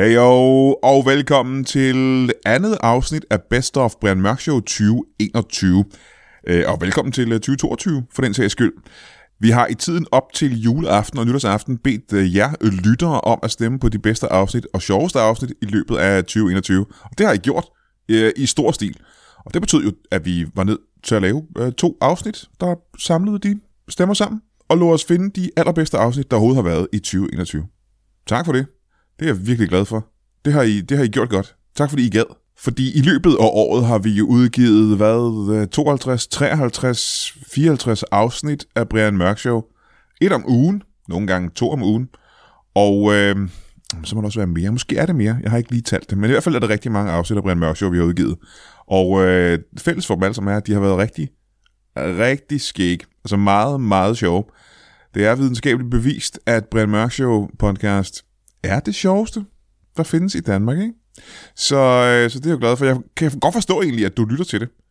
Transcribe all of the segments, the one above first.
Heyo, og velkommen til andet afsnit af Best of Brian Mørk Show 2021. Og velkommen til 2022, for den sags skyld. Vi har i tiden op til juleaften og nytårsaften bedt jer lyttere om at stemme på de bedste afsnit og sjoveste afsnit i løbet af 2021. Og det har I gjort i stor stil. Og det betød jo, at vi var nødt til at lave 2 afsnit, der samlede de stemmer sammen, og lod os finde de allerbedste afsnit, der overhovedet har været i 2021. Tak for det. Det er jeg virkelig glad for. Det har I gjort godt. Tak fordi I gad. Fordi i løbet af året har vi jo udgivet, 52, 53, 54 afsnit af Brian Mørk Show. 1 om ugen. Nogle gange 2 om ugen. Og så må der også være mere. Måske er det mere. Jeg har ikke lige talt det. Men i hvert fald er det rigtig mange afsnit af Brian Mørk Show, vi har udgivet. Og fælles for dem alle sammen er, at de har været rigtig skæg. Altså meget, meget sjove. Det er videnskabeligt bevist, at Brian Mørk Show podcast er det sjoveste, der findes i Danmark, ikke? Så det er jeg glad for. Jeg kan godt forstå egentlig, at du lytter til det.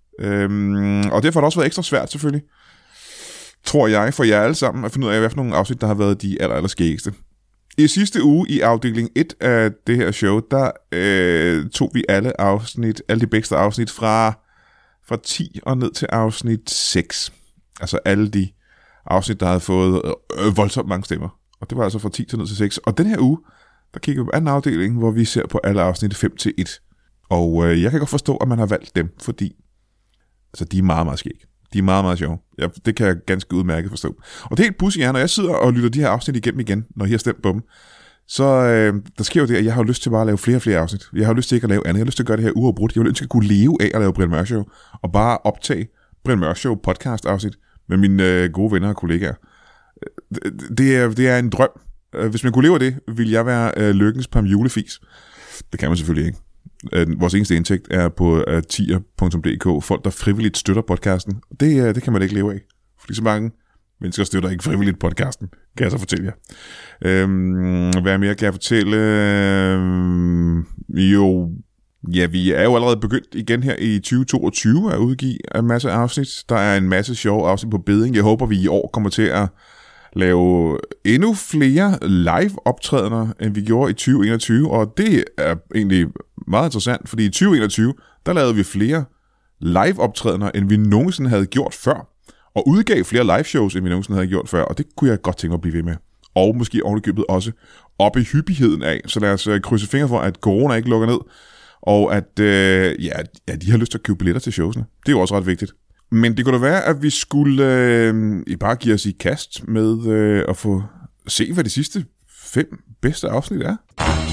Og derfor har det også været ekstra svært, selvfølgelig. Tror jeg, for jer alle sammen, at finde ud af, hvad for nogle afsnit, der har været de allerskæggeste. I sidste uge i afdeling 1 af det her show, der tog vi alle de bedste afsnit fra 10 og ned til afsnit 6. Altså alle de afsnit, der havde fået voldsomt mange stemmer. Og det var altså fra 10 til ned til 6. Og den her uge, der kigger vi på anden afdeling, hvor vi ser på alle afsnit 5 til 1. Og jeg kan godt forstå, at man har valgt dem, fordi altså, de er meget, meget skæg. De er meget, meget sjove. Det kan jeg ganske udmærket forstå. Og det er helt pudsigt, når jeg sidder og lytter de her afsnit igennem igen, når I har stemt på dem, så der sker jo det, at jeg har lyst til bare at lave flere og flere afsnit. Jeg har lyst til ikke at lave andet. Jeg har lyst til at gøre det her uafbrudt. Jeg vil ønske at kunne leve af at lave Brian Mørk Show, og bare optage Brian Mørk Show podcast afsnit med mine gode venner og kollegaer. Det er en drøm. Hvis man kunne leve af det, ville jeg være lykkens Pam Julefis. Det kan man selvfølgelig ikke. Vores eneste indtægt er på tier.dk. Folk, der frivilligt støtter podcasten. Det kan man ikke leve af. Fordi så mange mennesker støtter ikke frivilligt podcasten, kan jeg så fortælle jer. Hvad mere kan jeg fortælle? Vi er jo allerede begyndt igen her i 2022 at udgive en masse afsnit. Der er en masse sjove afsnit på beding. Jeg håber, vi i år kommer til at lave endnu flere live-optrædener, end vi gjorde i 2021, og det er egentlig meget interessant, fordi i 2021, der lavede vi flere live-optrædener, end vi nogensinde havde gjort før, og udgav flere live-shows, end vi nogensinde havde gjort før, og det kunne jeg godt tænke mig at blive ved med. Og måske ovenikøbet også op i hyppigheden af, så lad os krydse fingre for, at corona ikke lukker ned, og at de har lyst til at købe billetter til showsene. Det er jo også ret vigtigt. Men det kunne da være, at vi skulle bare give os i kast med at få se, hvad de sidste 5 bedste afsnit er.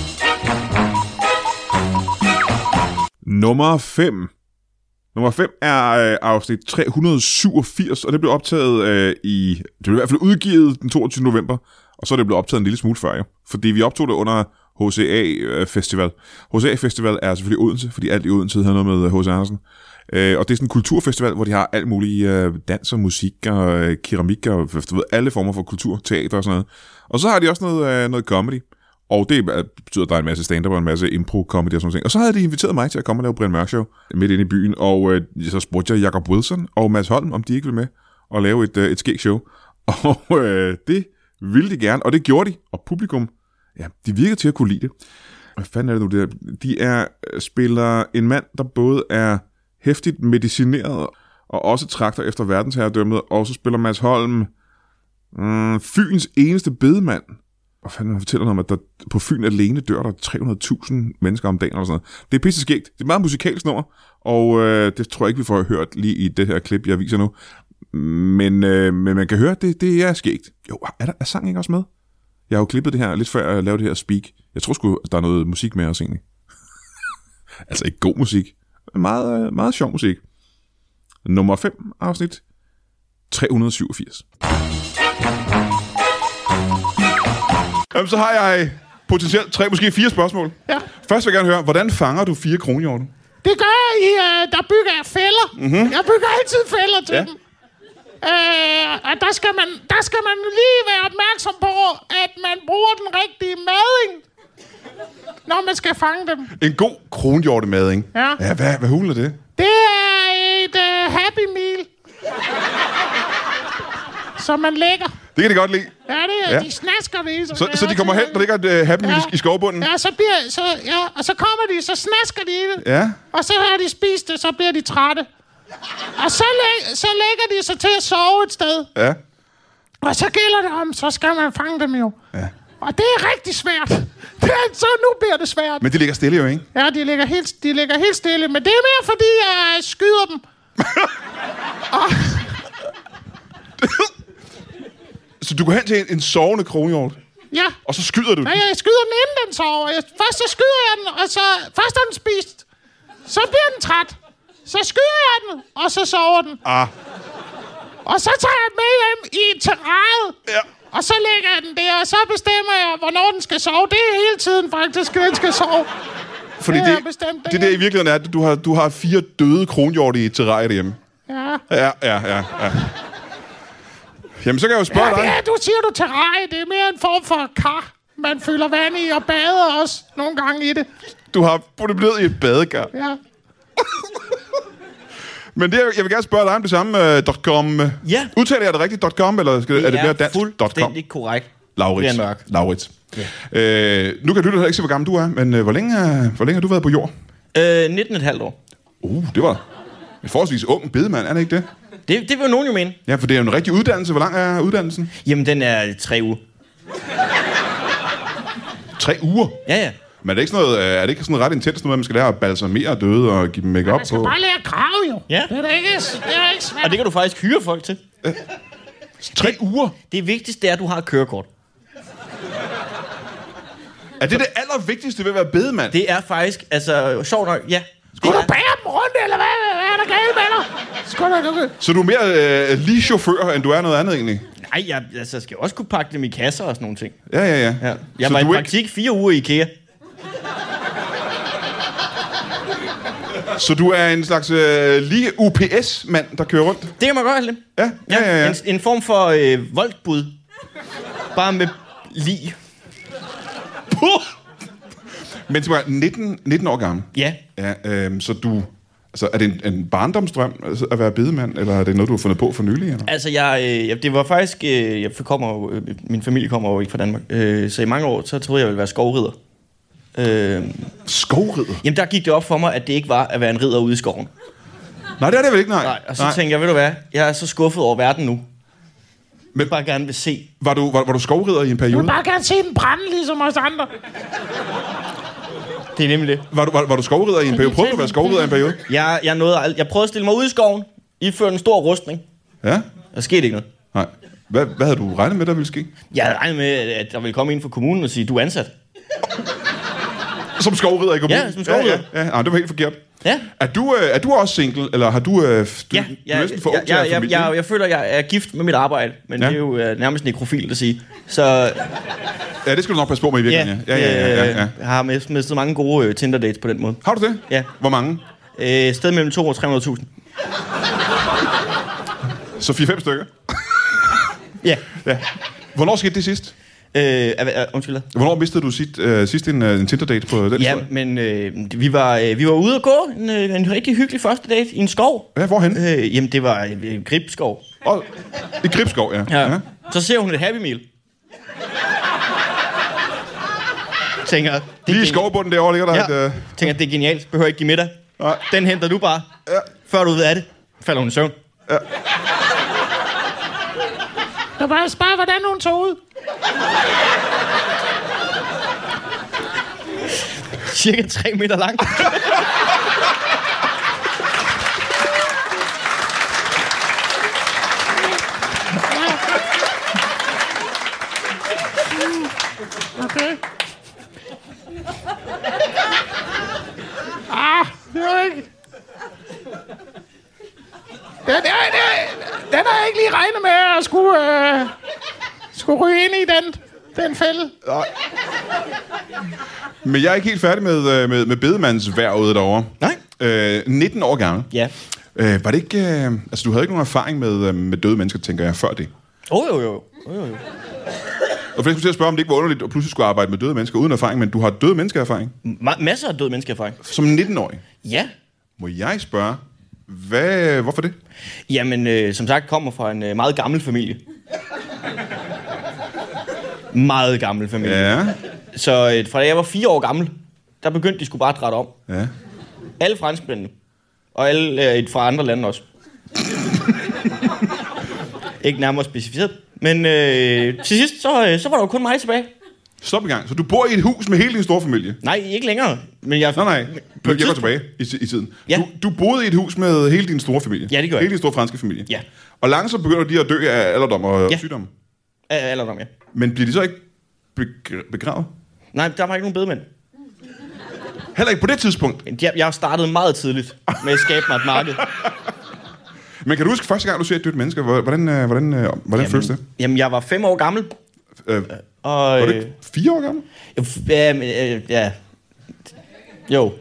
Nummer 5 er afsnit 387, og det blev optaget det blev i hvert fald udgivet den 22. november, og så er det blevet optaget en lille smule før, jo. Fordi vi optog det under HCA Festival. HCA Festival er selvfølgelig Odense, fordi alt i Odense havde noget med H.C. Andersen. Og det er sådan en kulturfestival, hvor de har alt muligt dans og musik og keramik og alle former for kultur, teater og sådan noget. Og så har de også noget comedy. Og det betyder, at der er en masse stand-up og en masse impro-comedy og sådan noget. Og så havde de inviteret mig til at komme og lave Brian Mørk Show midt inde i byen. Og så spurgte jeg Jacob Wilson og Mads Holm, om de ikke ville med og lave et skæg show. Og det ville de gerne, og det gjorde de. Og publikum, ja, de virkede til at kunne lide det. Hvad fanden er det nu det der? De spiller en mand, der både er hæftigt medicineret og også trakter efter verdensherredømmet, og så spiller Mads Holm Fyns eneste bedemand. Og fanden, man fortæller om, at der på Fyn alene dør der 300.000 mennesker om dagen eller sådan noget. Det er pisse skægt. Det er meget musikalsk nummer, og det tror jeg ikke, vi får hørt lige i det her klip, jeg viser nu. Men man kan høre, det er skægt. Jo, er sang ikke også med? Jeg har jo klippet det her lidt før jeg lavede det her speak. Jeg tror sgu, der er noget musik med os egentlig. Altså ikke god musik. Meget, meget sjov musik. Nummer 5 afsnit 387. Så har jeg potentielt 3, måske 4 spørgsmål. Ja. Først vil jeg gerne høre, hvordan fanger du 4 kronhjorte? Det gør jeg der bygger jeg fælder. Mm-hmm. Jeg bygger altid fælder til dem. Og der skal man lige være opmærksom på, at man bruger den rigtige mading, når man skal fange dem. En god kronhjortemading? Ja. Ja, hvad hulen er det? Det er et Happy Meal, som man lægger. Det kan de godt lide. Ja, det er, de snasker det i. Så de kommer hen, der ligger et Happy Meal i skovbunden? Ja, og så kommer de, så snasker de i det. Ja. Og så har de spist det, så bliver de trætte. Og så lægger de sig til at sove et sted. Ja. Og så gælder det om, så skal man fange dem jo. Ja. Og det er rigtig svært. Så nu bliver det svært. Men de ligger stille jo, ikke? Ja, de ligger helt stille. Men det er mere, fordi jeg skyder dem. Så du går hen til en sovende kronhjort? Ja. Og så skyder du den? Nej, jeg skyder den, inden den sover. Først så skyder jeg den, og så... Først er den spist. Så bliver den træt. Så skyder jeg den, og så sover den. Og så tager jeg den med hjem i terrariet. Ja. Og så lægger jeg den der, og så bestemmer jeg, hvornår den skal sove. Det er hele tiden faktisk, den skal sove. Fordi det der i virkeligheden er, at du har 4 døde kronhjorte i et terrarie derhjemme. Ja. Ja. Jamen, så kan jeg jo spørge dig. Ja, du siger terrarie. Det er mere en form for kar. Man fylder vand i og bader også nogle gange i det. Du har puttet ned i et badekar. Ja. Men jeg vil gerne spørge dig om det samme. .com. Ja. Udtaler jeg det rigtigt? .com, eller er det mere dansk? Det er fuldstændig korrekt. Laurits. Ja. Nu kan du ikke se, hvor gammel du er, men hvor længe har du været på jord? 19,5 år. Det var en forholdsvis ung bedemand, er det ikke det? Det vil nogen jo mene. Ja, for det er jo en rigtig uddannelse. Hvor lang er uddannelsen? Jamen, den er 3 uger. 3 uger? Ja. Men er det ikke sådan noget ret intens, når man skal lære at balsamere døde og give dem make-up på? Man skal bare lære at grave, jo. Ja. Det er ikke svært. Og det kan du faktisk hyre folk til. 3 uger? Det vigtigste er, at du har et kørekort. Er det allervigtigste ved at være bedemand? Det er faktisk, sjovt nok, ja. Skal du bære dem rundt, eller hvad? Hvad er der galt med dig? Så du er mere lige chauffør, end du er noget andet egentlig? Nej, jeg skal også kunne pakke dem i kasser og sådan nogle ting. Ja. Jeg var i praktik 4 uger i IKEA. Så du er en slags lige UPS-mand, der kører rundt? Det kan man godt have. Ja. En form for voldbud. Bare med lig. Men du er 19 år gammel? Ja. Så du... Altså, er det en barndomsdrøm at være bedemand, eller er det noget, du har fundet på for nylig? Eller? Altså, det var faktisk... min familie kommer jo ikke fra Danmark. Så i mange år, så troede jeg, ville være skovridder. Skovridder? Jamen, der gik det op for mig, at det ikke var at være en ridder ude i skoven. Nej, det er det vel ikke, nej. Og så tænkte jeg, ved du hvad? Jeg er så skuffet over verden nu. Men jeg bare gerne vil se. Var du skovridder i en periode? Jeg vil bare gerne se den brænde, ligesom os andre. Det er nemlig det. Var du skovridder i en periode? Prøvede du at være skovridder i en periode? Jeg prøvede at stille mig ud i skoven, iført en stor rustning. Ja? Der skete ikke noget. Nej. Hvad havde du regnet med, der ville ske? Jeg havde regnet med, at der ville komme ind fra kommunen og sige, du er ansat. Som skovridder i kommunen? Ja, som skovridder. Ja, det var helt forkert. Ja. Er du også single, eller har du... Ja, jeg føler, jeg er gift med mit arbejde, men det er jo nærmest nekrofil at sige. Så... Ja, det skal du nok passe på med i virkeligheden. Ja. Jeg har mistet mange gode Tinder-dates på den måde. Har du det? Ja. Hvor mange? Sted mellem 200 og 300.000. Så 4-5 stykker? Ja. Hvornår skete det sidst? Undskyld. Hvornår mistede du sidst en Tinder-date på den historie? Ja, men vi var ude at gå en rigtig hyggelig første date i en skov. Ja, hvorhen? Jamen, det var Gribskov. I Gribskov, ja. Så ser hun et Happy Meal. Tænker, lige i skovbunden derovre ligger der et... Tænker, det er genialt. Behøver ikke give middag. Nej. Den henter du bare. Ja. Før du ved af det, falder hun i søvn. Ja. Du bare spørge, hvordan hun tog ud. Cirka 3 meter lang. Okay. Det var ikke... Den har jeg ikke lige regnet med at skulle ryge ind i den fælde. Nej. Men jeg er ikke helt færdig med bedemandsværvet derovre. Nej. 19 år gammel. Ja. Var det ikke... altså, du havde ikke nogen erfaring med døde mennesker, tænker jeg, før det? Jo. Og for jeg skulle til at spørge, om det ikke var underligt at pludselig skulle arbejde med døde mennesker uden erfaring, men du har døde menneskeerfaring? Masser af døde menneskeerfaring. Som 19-årig? Ja. Må jeg spørge, hvorfor det? Jamen, som sagt, kommer fra en meget gammel familie. Meget gammel familie. Ja. Så fra da jeg var 4 år gammel, der begyndte de sgu bare at drætte om. Ja. Alle franskmændene. Og alle fra andre lande også. Ikke nærmere specificeret. Men til sidst, så var der jo kun mig tilbage. Stop i gang. Så du bor i et hus med hele din store familie? Nej, ikke længere. Men jeg... Nej. Jeg går tilbage i tiden. Ja. Du boede i et hus med hele din store familie? Ja, det gør jeg. Hele din store franske familie? Ja. Og langsomt begynder de at dø af alderdom og sygdom? Alderdom, ja. Men bliver de så ikke begravet? Nej, der var ikke nogen bedemænd. Heller ikke på det tidspunkt? Jeg startede meget tidligt med at skabe mig et marked. Men kan du huske første gang, du ser et dødt menneske? Hvordan føles det? Jamen, jeg var 5 år gammel. Var du ikke 4 år gammel? Ja. Jo.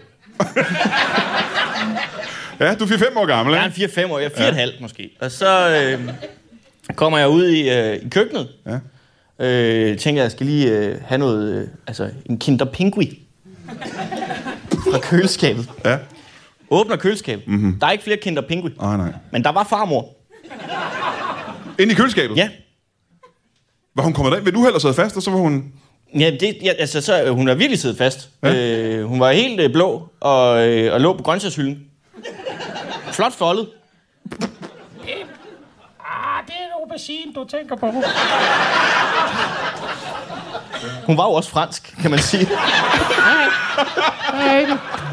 Ja, du er 4-5 år gammel, ikke? Jeg er 4-5 år. Jeg er 4,5 måske. Og så kommer jeg ud i køkkenet. Ja. Tænker, jeg skal lige have noget... en Kinder Pingui. Fra køleskabet. Ja. Åbner køleskabet. Mm-hmm. Der er ikke flere Kinder Pingui. Nej. Men der var farmor. Inde i køleskabet? Ja. Var hun kommet derind? Vil du heller sidde fast, og så var hun... Ja, så hun er virkelig siddet fast. Ja. Hun var helt blå og lå på grøntsagshylden. Flot foldet. Det er en aubergine, du tænker på. Hun var jo også fransk, kan man sige. Nej.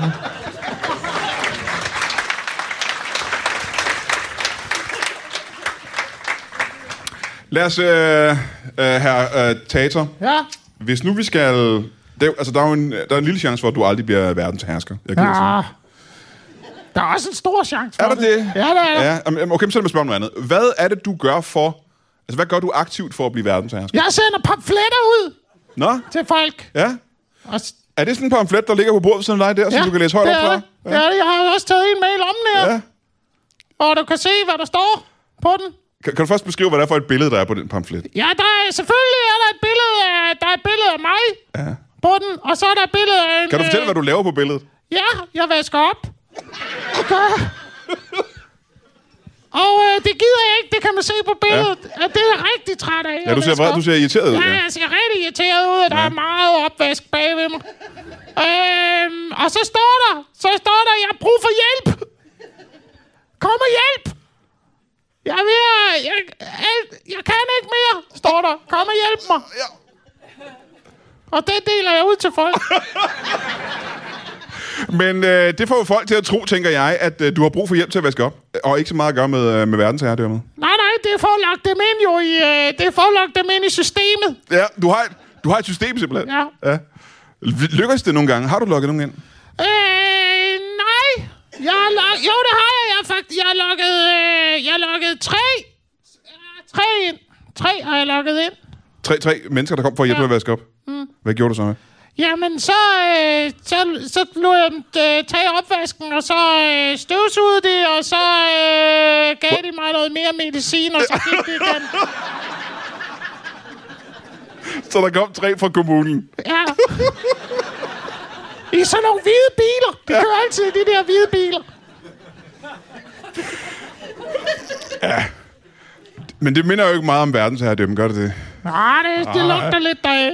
Lad os, herre Tater. Ja. Hvis nu vi skal... der er en lille chance for, at du aldrig bliver verdens hersker. Der er også en stor chance for det. Er der det? Ja, det er der. Ja, okay, så lad mig spørge om noget andet. Hvad er det, du gør for... Altså, hvad gør du aktivt for at blive verdens hersker? Jeg sender pamfletter ud til folk. Ja. Er det sådan en pamflet, der ligger på bordet sådan dig der, så du kan læse højt op fra? Ja, det er det. Jeg har også taget en mail om den her. Ja. Og du kan se, hvad der står på den. Kan du først beskrive, hvad det er for et billede, der er på den pamflet? Ja, selvfølgelig er der et billede af mig på den, og så er der et billede af en... Kan du fortælle, hvad du laver på billedet? Ja, jeg vasker op. Okay. Og det gider jeg ikke, det kan man se på billedet. Ja. Det er jeg rigtig træt af. Ja, du ser irriteret ud. Ja, jeg ser rigtig irriteret ud, og der er meget opvask bagved mig. Og så står der, jeg har brug for hjælp. Kom og hjælp. Jeg kan ikke mere, står der. Kom og hjælp mig. Ja. Og det deler jeg ud til folk. Men det får jo folk til at tro, tænker jeg, at du har brug for hjælp til at vaske op. Og ikke så meget at gøre med verdensherredømmet. Nej, det er for at lokke dem ind jo det er for at lokke dem ind i systemet. Ja, du har et system simpelthen. Ja. Lykkes det nogle gange? Har du lukket nogen ind? Nej. Jo, det har jeg. Jeg har lukket 3 ind. 3 har jeg lukket ind. 3 mennesker, der kom for at hjælpe med at vaske op? Mm. Hvad gjorde du så med? Jamen, så lod jeg dem tage opvasken, og så støvsugede det, og så gav de mig noget mere medicin, og så gik det igen. Så der kom 3 fra kommunen? Ja. I sådan nogle hvide biler. De kører altid de der hvide biler. Ja. Men det minder jo ikke meget om verdensherredømme, gør det? Nej, det lugter lidt deraf.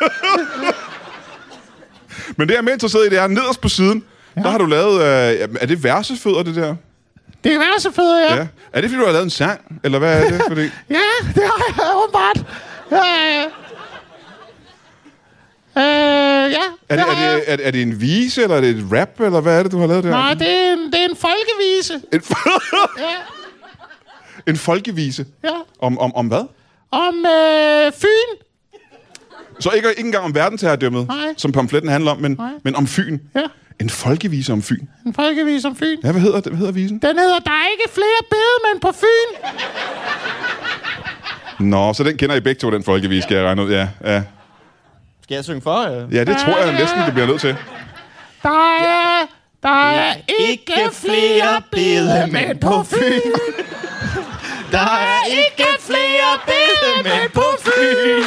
Men det, jeg er mere interesseret i, det er nederst på siden. Ja. Der har du lavet... er det versefødder, det der? Det er versefødder, ja. Er det, fordi du har lavet en sang? Eller hvad er det? Fordi... Ja, det har jeg åbenbart. Er det en vise, eller er det et rap, eller hvad er det, du har lavet der? Nej, det er en folkevise. En folkevise? Ja. Om hvad? Om Fyn. Så ikke engang om verdensherredømmet, som pamfletten handler om, men om Fyn? Ja. En folkevise om Fyn? En folkevise om Fyn. Ja, hvad hedder visen? Den hedder, der er ikke flere bedemænd på Fyn. Nå, så den kender I begge to, den folkevise, skal jeg regne ud, ja. Skal jeg synge for? Ja, det tror jeg næsten, det bliver nødt til. Der er ikke flere bedemænd på Fyn. Der er ikke flere bedemænd på Fyn.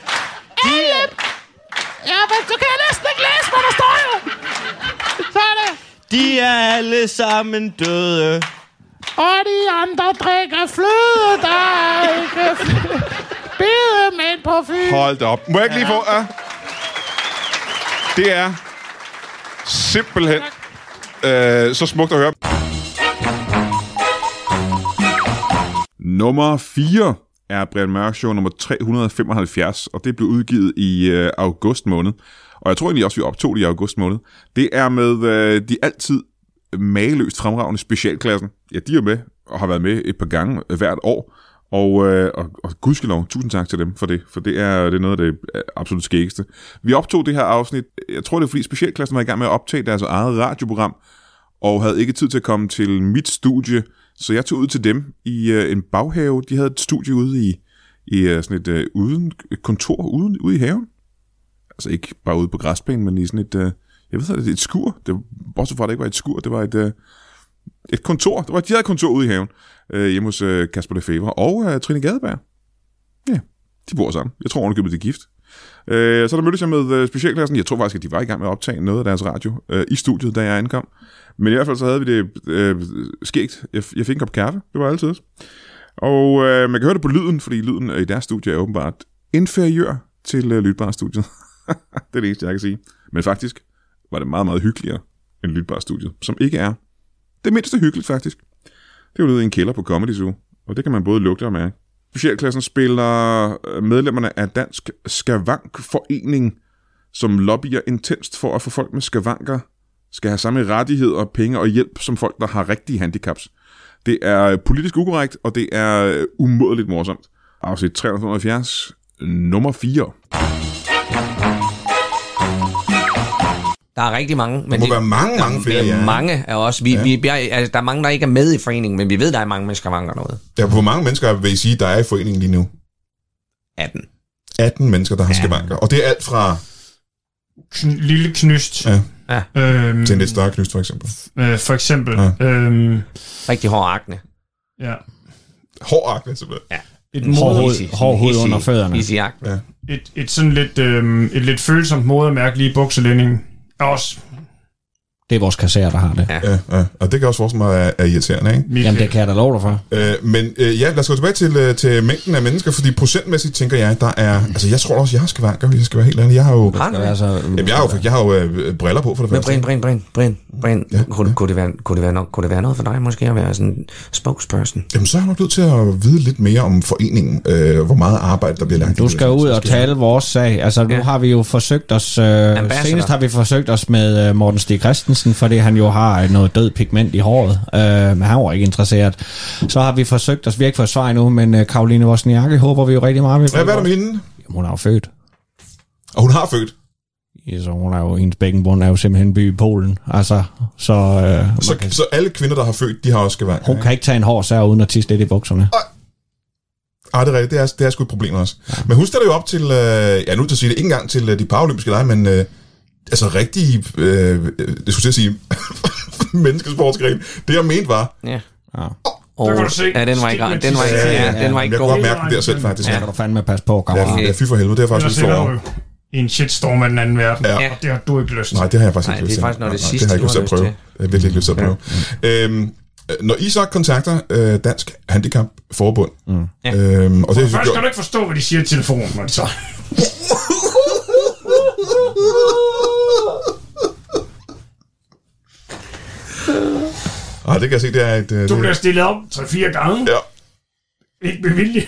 Ja, men så kan jeg næsten ikke læse, hvad der står jo. Så er det. De er alle sammen døde. Og de andre drikker fløde, der er ikke Bedemand på Fyn. Hold da op. Må jeg ikke lige få... Det er simpelthen så smukt at høre. Nummer 4 er Brian Mørk Show nummer 375, og det blev udgivet i august måned. Og jeg tror egentlig også, vi optog det i august måned. Det er med de altid mageløst fremragende specialklassen. Ja, de er med og har været med et par gange hvert år. Og gudskelov, tusind tak til dem for det, for det er noget af det absolut skæggeste. Vi optog det her afsnit, jeg tror det er fordi specialklassen var i gang med at optage deres eget radioprogram, og havde ikke tid til at komme til mit studie, så jeg tog ud til dem i en baghave. De havde et studie ude i sådan et kontor ude i haven. Altså ikke bare ude på græsplænen, men i sådan et skur. Det var, bortset fra, at det ikke var et skur, det var et kontor. De havde et kontor ude i haven, hjemme hos Kasper Lefebvre og Trine Gadeberg. Ja, de bor sammen. Jeg tror, hun er gift. Så der mødtes jeg med specialklassen. Jeg tror faktisk, at de var i gang med at optage noget af deres radio i studiet, da jeg ankom. Men i hvert fald så havde vi det skægt. Jeg fik en kop kaffe. Det var altid. Og man kan høre det på lyden, fordi lyden i deres studie er åbenbart inferiør til Lytbar-studiet. Det er det eneste, jeg kan sige. Men faktisk var det meget, meget hyggeligere end Lytbar-studiet, som ikke er det mindste hyggeligt faktisk. Det er jo ude i en kælder på Comedy Zoo, og det kan man både lugte og mærke. Specialklassen spiller medlemmerne af Dansk Skavank-forening, som lobbyer intenst for at få folk med skavanker skal have samme rettigheder, penge og hjælp som folk, der har rigtige handicaps. Det er politisk ukorrekt, og det er umådeligt morsomt. Afsnit 375, nummer 4. Der er rigtig mange. Men der må være mange flere, ja. Mange af os. Altså, der er mange, der ikke er med i foreningen, men vi ved, der er mange mennesker, der mangler noget. Ja, hvor mange mennesker vil I sige, der er i foreningen lige nu? 18. 18 mennesker, der har skavanker. Og det er alt fra... lille knyst. Ja. Til en lidt større knyst, for eksempel. For eksempel. Ja. Rigtig hård akne. Ja. Hård akne, simpelthen. Ja. Hård hoved under fødderne. Ja. Et sådan lidt følsomt modermærke lige i bukselændingen. Også. Det er vores kasserer, der har det. Ja. Og det kan også forestille mig er irriterende, ikke? Jamen, det kan jeg da love dig for. Men lad os gå tilbage til mængden af mennesker, fordi procentmæssigt tænker jeg, der er... Altså, jeg tror også, jeg har skavanker, hvis jeg skal være helt ærlig. Jeg har jo... Jeg har jo briller på for det første. Brian. Ja. Kunne det være noget for dig, måske, at være sådan spokesperson? Jamen, så er jeg nok nødt til at vide lidt mere om foreningen. Hvor meget arbejde, der bliver lagt. Du skal ud og tale vores sag. Altså, nu har vi jo forsøgt os... senest har vi forsøgt os med Morten Stig Christensen, fordi han jo har noget død pigment i håret. Men han var ikke interesseret. Så har vi forsøgt os, vi har ikke fået svar endnu, men Karoline Wozniacki håber vi jo rigtig meget. Hvad er der med hende? Jamen, hun er jo født. Og hun har født? Ja, så hun er jo, hendes bækkenbund er jo simpelthen by i Polen. Altså, så alle kvinder, der har født, de har også skavanker? Hun kan ikke tage en hård sær uden at tisse lidt i bukserne. Det er rigtigt. Det er sgu et problem også. Ja. Men hun stiller jo op til, nu til at sige det, ikke engang til de paralympiske lege, men altså rigtige, det skulle jeg sige, menneskesportsgren. Det jeg mente var... Ja. Den var ikke god. Den var ikke god. Jeg kunne godt mærke det der selv, faktisk. Ja, kan du fandme passe på, kammerat. Ja, fy for helvede. Det er faktisk lidt for... I en shitstorm af den anden verden. Ja. Og det har du ikke lyst til. Nej, det har jeg faktisk ikke lyst til. Det er faktisk noget det sidste, det har jeg ikke lyst til at prøve. Jeg har virkelig ikke lyst til at prøve. Når I så kontakter Dansk Handicap Forbund... og det først kan du ikke forstå, hvad de siger i telefonen, når de så... det kan jeg se, det er et... Du bliver stillet op 3-4 gange. Ja. Ikke med vilje.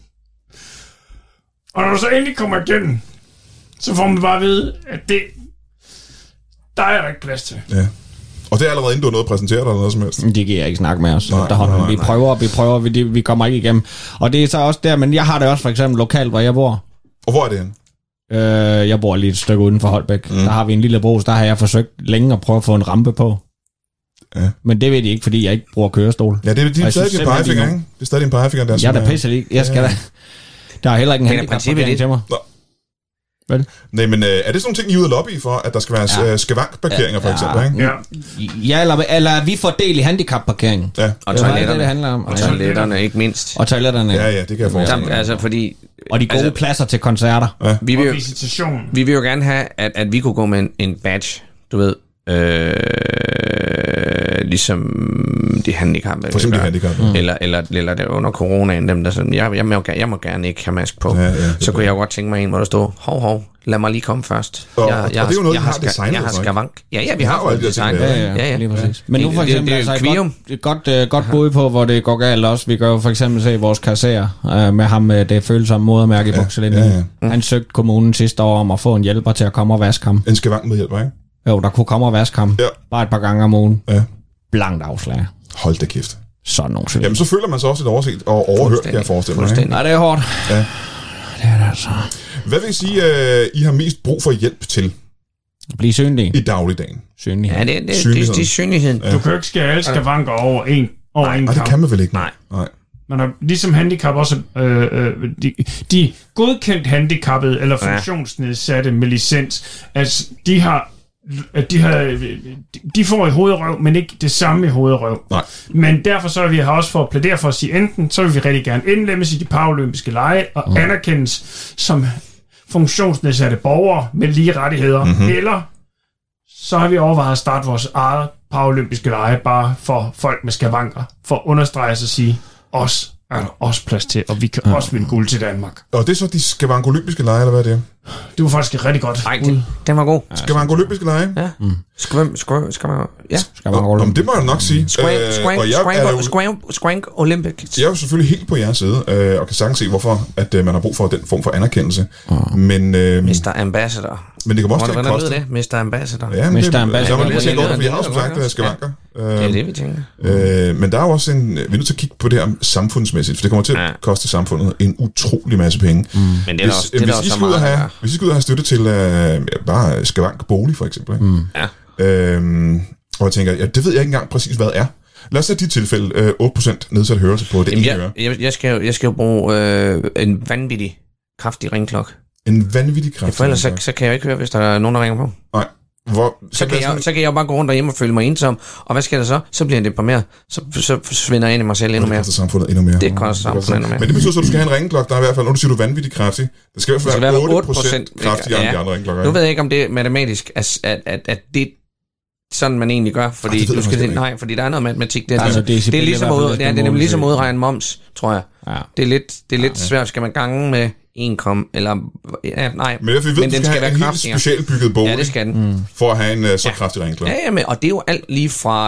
Og når du så endelig kommer igennem, så får man bare at vide, at der er der ikke plads til. Ja. Og det er allerede inden du har noget at præsentere dig eller noget som helst. Det giver jeg ikke snak med os. Nej. Vi kommer ikke igennem. Og det er så også der, men jeg har det også for eksempel lokalt, hvor jeg bor. Og hvor er det henne? Jeg bor lige et stykke uden for Holbæk. Der har vi en lille brus, der har jeg forsøgt længe at prøve at få en rampe på. Ja. Men det ved de ikke, fordi jeg ikke bruger kørestol. Ja, det er stadig en pegefinger, ikke? Det er stadig en pegefinger, der. Jeg er da pisse lige. Jeg skal da... Der er heller ikke en handicapparkering til mig. Vel? Nej, men er det sådan nogle ting, I er ude at lobby for, at der skal være skavankparkeringer, for eksempel, ikke? Ja, eller vi får del i handicapparkeringen. Ja. Og toiletterne. Det handler om. Og toiletterne, ikke mindst. Og toiletterne. Ja, det kan jeg forestille. Altså, fordi... Og de gode pladser til koncerter. Ja. Vi vil jo gerne have, at vi kunne gå med en badge, du ved, ligesom de handicappede. For eksempel de handicappede. Eller det under coronaen, dem der sådan, jeg må gerne ikke have mask på. Så kunne jeg jo godt tænke mig en, hvor der stod, hov, lad mig lige komme først. Og det er jo noget, vi har designet. Jeg har skavank. Ja, vi har jo designet. Ja, lige præcis. Men nu for eksempel, det er godt bud på, hvor det går galt også. Vi kan jo for eksempel se vores kasserer med ham med det følsomme modermærke i bukselinjen. Han søgte kommunen sidste år om at få en hjælper til at komme og vaske ham. En skavank med hjælper, ikke? Jo, der kunne komme og vaske ham. Ja. Bare et par gange om ugen. Ja. Blankt afslag. Hold da kæft. Sådan nogle ting. Jamen, så føler man sig også lidt overset og overhørt, kan jeg forestille mig. Nej, det er hårdt. Ja. Det er det altså. Hvad vil I sige, I har mest brug for hjælp til? Blive synlig. I dagligdagen. Synlighed. Ja, det er synligheden. Ja. Du kan jo ikke skære alle skavanker over en Nej, det kan man vel ikke. Nej. Man har ligesom handicap også, de godkendt handicappede eller funktionsnedsatte med licens, altså de får i hovedrøv, men ikke det samme i hovedrøv. Nej. Men derfor så er vi her også for at plædere for at sige, enten så vil vi rigtig gerne indlemmes i de paralympiske lege og anerkendes som funktionsnedsatte borgere med lige rettigheder, eller så har vi overvejet at starte vores eget paralympiske lege bare for folk med skavanker, for at understrege os og sige, os er der også plads til, og vi kan også vinde guld til Danmark. Og det er så de skavank-olympiske lege, eller hvad er det? Det var faktisk rigtig godt. Nej, den var god. Skavank-olympiske lege? Ja. Jamen, det må jeg nok sige. Skrank Olympics. Jeg er jo selvfølgelig helt på jeres side, og kan sagtens se, hvorfor at man har brug for den form for anerkendelse. Men Mr. Ambassador. Men det kommer også til at koste. Det? Mr. Ambassador. Ja, Mr. Ambassador. Der må lige tænke over, for jeg har jo som sagt skavanker. Det er det, vi tænker. Men der er jo også vi er nødt til at kigge på det her samfundsmæssigt, for det kommer til at koste samfundet en utrolig masse penge. Men det er også så meget. Hvis I skal ud og have støtte til bare skavank bolig, for eksempel. Og jeg tænker, det ved jeg ikke engang præcis, hvad er. Lad os tage de tilfælde 8% nedsat hørelse på det ene øre. Jeg skal jo bruge en vanvittig kraftig ringklokke. En vanvittig kraftig for ellers så kan jeg ikke høre, hvis der er nogen, der ringer på. Nej. Så kan jeg jo bare gå rundt derhjemme og føle mig ensom. Og hvad sker der så? Så bliver jeg deprimeret. Så forsvinder jeg ind i mig selv endnu mere. Det koster samfundet endnu mere. Det koster samfundet endnu mere. Men det betyder så, at du skal have en ringklokke, der er i hvert fald, når du siger, du er vanvittigt kraftig. Det skal i hvert fald være 8% kraftigere end de andre ringklokker. Nu ved jeg ikke, om det er matematisk, at det sådan man egentlig gør, fordi du skal fordi der er noget matematik der. Altså, det er nemlig ligesom at udregne moms, tror jeg. Ja. Det er lidt svært, skal man gange med 1, eller nej. Men vi ved, men den skal være en helt specielt bygget bolig. Ja, det skal den. For at have en så kraftig ringklokke. Ja, og det er jo alt lige fra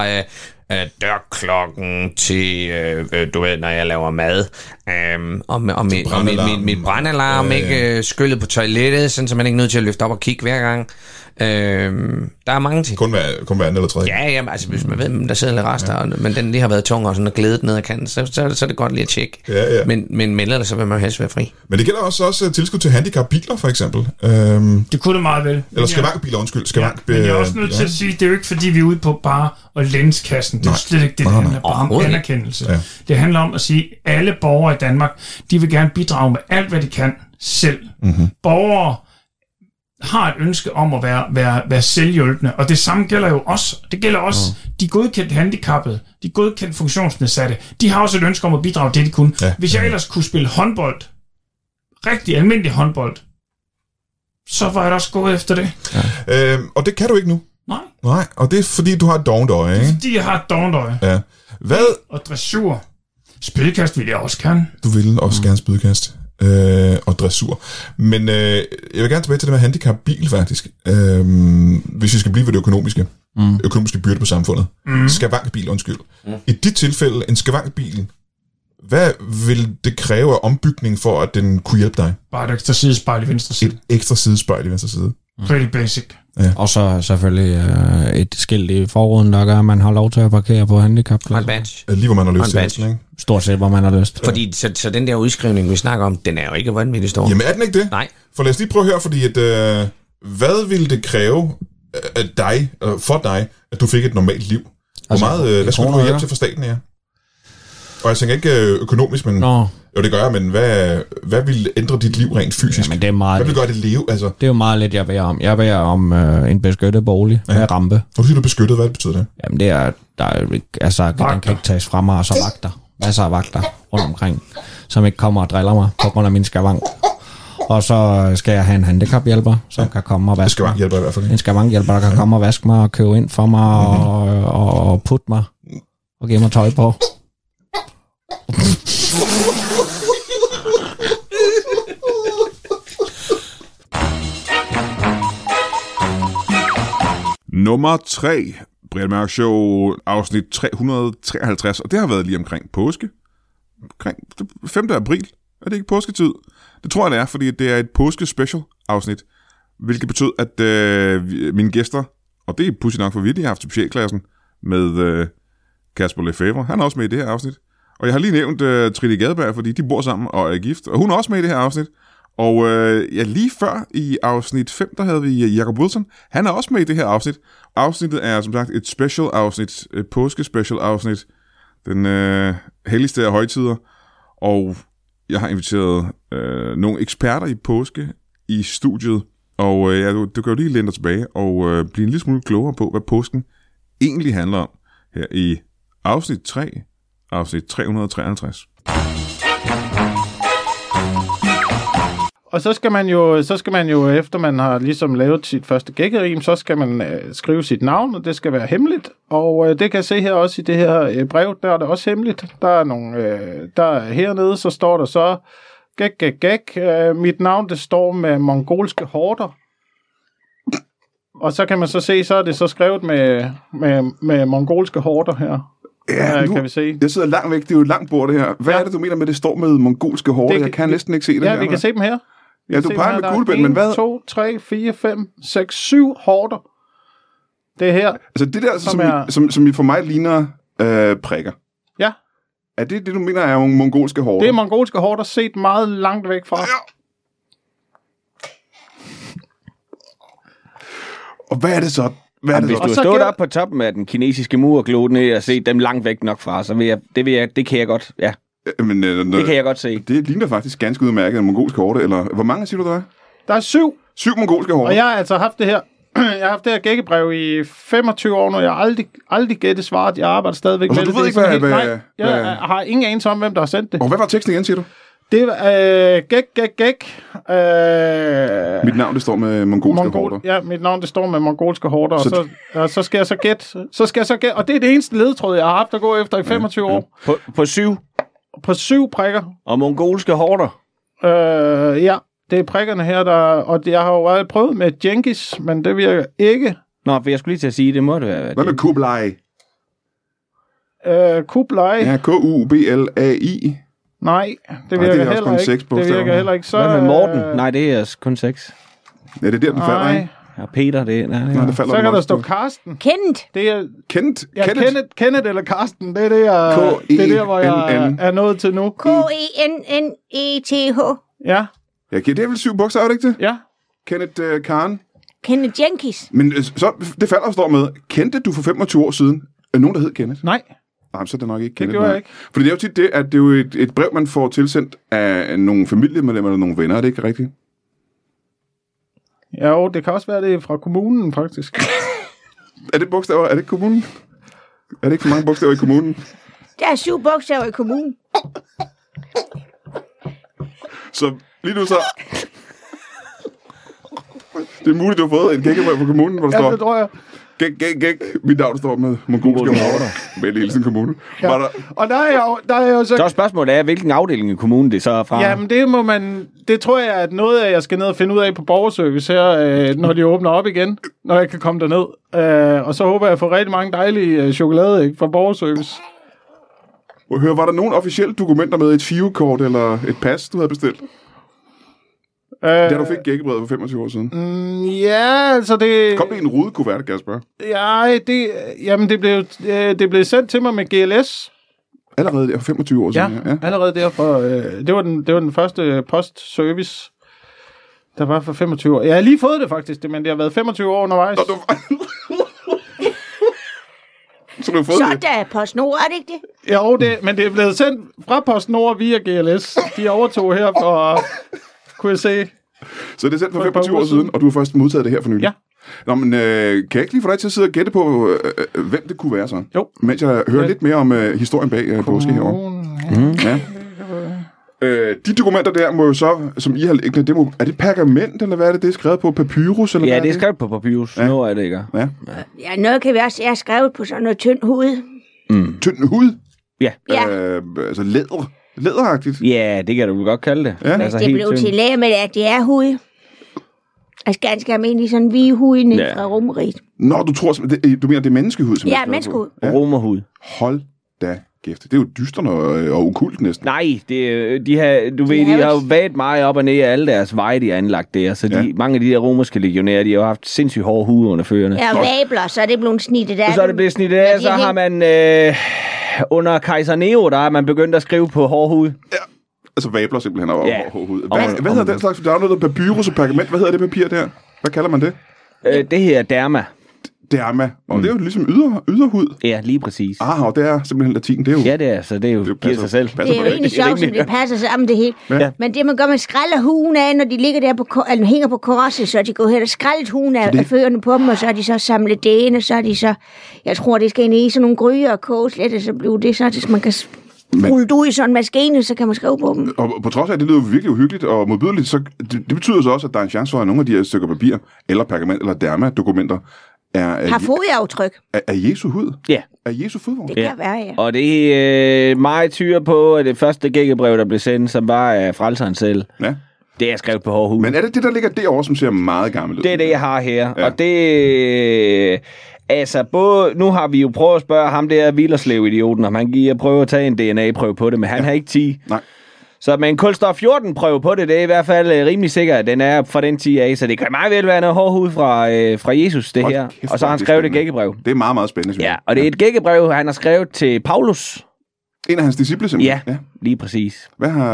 dørklokken til du ved, når jeg laver mad, og mit brandalarm, ikke skyllet på toilettet, sådan så man ikke er nødt til at løfte op og kigge hver gang. Der er mange ting. Kun hver anden eller tredje. Ja, altså hvis man ved, der sidder lidt rester, men den lige har været tung og sådan og glædet ned ad kanten, så er det godt lige at tjekke. Ja. Men ellers så vil man jo helst være fri. Men det gælder også tilskud til handicapbiler, for eksempel. Det kunne det meget vel. Eller skavankebiler, undskyld. Men jeg er også nødt til at sige, det er jo ikke fordi, vi er ude på bare at lænse kassen. Det er slet ikke det, det handler bare om anerkendelse. Ja. Det handler om at sige, at alle borgere i Danmark, de vil gerne bidrage med alt, hvad de kan selv. Borgere har et ønske om at være selvhjælpende, og det samme gælder jo også. Det gælder også de godkendt handicappede, de godkendt funktionsnedsatte. De har også et ønske om at bidrage det, de kunne. Ja. Hvis jeg ellers kunne spille håndbold, rigtig almindelig håndbold, så var jeg da også gået efter det. Ja. Og det kan du ikke nu? Nej, og det er fordi, du har et dovent øje, ikke? Fordi jeg har et dovent øje. Ja. Hvad? Og dressur. Spydkast vil jeg også gerne. Du vil også gerne spydkast. Og dressur. Men jeg vil gerne tilbage til det med handicapbil, faktisk. Hvis vi skal blive ved det økonomiske byrde på samfundet. Skavankbil, undskyld. I dit tilfælde, en skavankbil, hvad vil det kræve af ombygning for, at den kunne hjælpe dig? Bare et ekstra sidespejl i venstre side. Et ekstra sidespejl i venstre side. Pretty basic. Ja. Og så selvfølgelig et skilt i forruden, der gør, at man har lov til at parkere på handicapplads. Og en badge. Lige hvor man har lyst til. Ikke? Stort set, hvor man har lyst. Fordi så den der udskrivning, vi snakker om, den er jo ikke vanvittigt stor. Jamen er den ikke det? Nej. For lad os lige prøve at høre, fordi hvad ville det kræve for dig, at du fik et normalt liv? Hvor meget, hvad skulle du hjælpe til fra staten her? Og jeg tænker ikke økonomisk, men jo, det gør jeg, men hvad vil ændre dit liv rent fysisk? Jamen, det er meget, hvad vil gøre det leve? Altså? Det er jo meget lidt, jeg beder om. Jeg beder om en beskyttet bolig med rampe. Hvor du siger, du beskyttet? Hvad betyder det? Jamen, det er, den kan ikke tages fra mig, og så vagter. Masser af vagter rundt omkring, som ikke kommer og driller mig på grund af min skavank. Og så skal jeg have en handicaphjælper, som kan komme og vaske mig. En skavankhjælper i hvert fald. En skavankhjælper, der kan komme og vaske mig og købe ind for mig og putte mig og gemmer tøj på. Nummer 3, Brian Mørk Show, afsnit 353, og det har været lige omkring påske. Omkring 5. april, er det ikke påsketid? Det tror jeg, det er, fordi det er et påske-special-afsnit, hvilket betød, at mine gæster, og det er pudsigt nok for vi, de har haft specialklassen med Kasper Lefebvre, han er også med i det her afsnit. Og jeg har lige nævnt Trine Gadeberg, fordi de bor sammen og er gift, og hun er også med i det her afsnit. Og lige før i afsnit 5, der havde vi Jacob Wilson. Han er også med i det her afsnit. Afsnittet er som sagt et special afsnit, et påske-special afsnit. Den helligste af højtider. Og jeg har inviteret nogle eksperter i påske i studiet. Og du kan jo lige læne dig tilbage og blive en lille smule klogere på, hvad påsken egentlig handler om her i afsnit 3, afsnit 353. Og så skal man jo, efter man har ligesom lavet sit første gækkerim, så skal man skrive sit navn, og det skal være hemmeligt. Og det kan jeg se her også i det her brev, der er det også hemmeligt. Der er der hernede, så står der så, gæk. Mit navn, det står med mongolske horder. Og så kan man så se, så er det så skrevet med mongolske horder her. Ja, kan vi se. Jeg sidder langt væk, det er jo et langt bord det her. Hvad er det, du mener med, det står med mongolske horder? Jeg kan næsten ikke se det her. Ja, vi kan se dem her. Ja, du peger med kuglepind, men hvad? 1, 2, 3, 4, 5, 6, 7 horder. Det her. Altså det der, som for mig ligner prikker. Ja. Er det, du mener er mongolske horder? Det er mongolske horder set meget langt væk fra. Ja. Og hvad er det så? Hvis du har stået op på toppen af den kinesiske mur og glået ned og set dem langt væk nok fra, så det kan jeg godt, ja. Men, det kan jeg godt se. Det ligner faktisk ganske udmærket en mongolsk horder, eller hvor mange siger du, der er? Der er 7. 7 mongolske horder. Og jeg har altså haft det her, gækkebrev i 25 år nu. Jeg har aldrig gættet svaret. Jeg arbejder stadigvæk med det. Du ved ikke, hvad... Jeg har ingen anelse om, hvem der har sendt det. Og hvad var teksten igen, siger du? Det var gæk. Mit navn, det står med mongolske horder. Ja, mit navn, det står med mongolske horder. Så skal jeg så gætte. Og det er det eneste ledtråd, jeg har haft at gå efter i 25 år. På 7? På 7 prikker. Og mongolske horder? Ja, det er prikkerne her, og jeg har jo prøvet med Genghis, men det virker ikke. Nå, for jeg skulle lige til at sige, det må det være. Hvad med Kublai? Kublai? Ja, Kublai. Nej, det virker heller ikke. Det virker heller ikke. Så, hvad med Morten? Nej, det er kun 6. Ja, det er der, den falder, ikke? Ja, Peter, det falder. Så kan der stå Karsten. Kenneth. Det er Kenneth. Ja, Kenneth eller Karsten. Det er der, hvor jeg er nået til nu. K-E-N-N-E-T-H. Ja. Ja, det er vel 7 bogstaver, er det ikke det? Ja. Kenneth Karen. Kenneth Jenkins. Men så, det falder og står med, kendte du for 25 år siden nogen, der hed Kenneth? Nej. Nej, så er det nok ikke Kenneth. Det gjorde jeg ikke. Fordi det er jo tit det, at det er jo et brev, man får tilsendt af nogle familiemedlemmer eller nogle venner, er det ikke rigtigt? Ja, det kan også være det fra kommunen, faktisk. Er det bogstaver? Er det ikke kommunen? Er det ikke for mange bogstaver i kommunen? Der er 7 bogstaver i kommunen. Så lige nu så... Det er muligt, du har fået en gækkebrev fra kommunen, hvor der står... det tror jeg. Gæk. Mit navn står med mongolske horder. Med Lillesen Kommune. Ja. Og der er jo så... Så spørgsmålet er, hvilken afdeling i kommunen det så er fra? Jamen, det tror jeg, at noget af, jeg skal ned og finde ud af på borgerservice her, når de åbner op igen, når jeg kan komme derned. Og så håber jeg at få rigtig mange dejlige chokolade fra borgerservice. Hør, var der nogen officielle dokumenter med et FIU-kort eller et pas, du havde bestilt? Da du fik gækkebrevet for 25 år siden. Ja, altså det... Kom det i en rude kuvert, kan jeg spørge? Ja, det blev sendt til mig med GLS. Allerede der for 25 år siden? Ja, allerede derfor. Det var den første postservice, der var for 25 år. Jeg har lige fået det faktisk, men det har været 25 år undervejs. Så du har fået det? Så der er PostNord, er det ikke det? Jo, men det er blevet sendt fra PostNord via GLS. De overtog her for... Kunne jeg se. Så det er sendt for 25 år siden, og du har først modtaget det her for nylig? Ja. Nå, men kan jeg ikke lige få dig til at sidde og gætte på, hvem det kunne være så? Jo. Mens jeg hører lidt mere om historien bag påske herovre. Ja. De dokumenter der må jo så, som I har liggende, er det pergament, eller hvad er det? Det er skrevet på papyrus? Eller ja, hvad det er skrevet på papyrus. Ja. Noget er det ikke. Ja. Ja, noget kan vi også. Jeg har skrevet på sådan noget tynd hud. tynd hud. Ja. Altså læderagtigt. Ja, det kan du vel godt kalde det. Ja. Altså, Det blev til læge med, at det er hud. Altså ganske almindelig sådan hvide hud ned fra Romeriet. Nå, du mener, det er menneskehud? Ja, menneskehud. Ja. Romerhud. Hold da kæft. Det er jo dysterne og okult næsten. Nej, de har jo været meget op og ned af alle deres veje, de har anlagt der. Så mange af de der romerske legionærer, de har jo haft sindssygt hårde hud under fødderne. Ja, vabler, så er det blevet snittet af. Så er det blevet snittet af, så har man under kejser Nero, der er man begyndt at skrive på hård hud. Ja, altså vabler simpelthen over hård hud. Hvad hedder den slags? Der er noget papyrus og pergament. Hvad hedder det papir der? Hvad kalder man det? Det her derma. Derma. Og det er jo ligesom yderhud. Ja, lige præcis. Og det er simpelthen latin. Det er jo, ja, det er, så det er jo giver sig selv. Det er jo egentlig sjovt, som det passer sammen det hele. Ja. Men det man gør, man skræller huden af, når de ligger der eller hænger på korset, så de går hen og skrællet huden af fødderne på dem, og så er de så samlet dæne, så er de så, jeg tror, det skal ind i sådan nogle gryder og koges lidt, og så bliver det så, at man kan rulle ud i sådan en maskine, så kan man skrive på dem. Og på trods af, at det lyder virkelig uhyggeligt og modbydeligt, så det betyder så også, at der er en chance for, at nogle af de her stykker papir, eller pergament, eller derma-dokumenter, har fodaftryk. Er Jesu hud? Ja. Er Jesu fodvogn? Det kan være, ja. Og det er meget tyder på, at det første gækkebrev, der blev sendt, som var af frelseren selv, det er skrevet på hård hud. Men er det det, der ligger derovre, som ser meget gammelt ud? Det er det, jeg har her. Ja. Og det... Altså, nu har vi jo prøvet at spørge ham der Villerslev-idioten, om han prøver at tage en DNA-prøve på det, men han har ikke 10. Nej. Så med en kulstof 14-prøve på det, det er i hvert fald rimelig sikkert, at den er fra den 10 af, så det kan meget vel være noget hård hud fra Jesus, det her. Kæft, og så har han skrevet et gækkebrev. Det er meget, meget spændende. Ja, og det er et gækkebrev, han har skrevet til Paulus. En af hans disciple, simpelthen? Ja, lige præcis.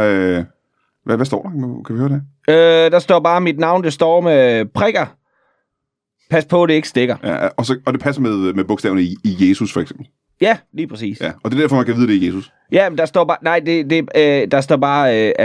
Hvad står der? Kan vi høre det? Der står bare mit navn, det står med prikker. Pas på, det ikke stikker. Ja, og det passer med bogstaverne i Jesus, for eksempel. Ja, lige præcis. Ja, og det er derfor, man kan vide, det er Jesus. Ja, men der står bare... Nej, der står bare,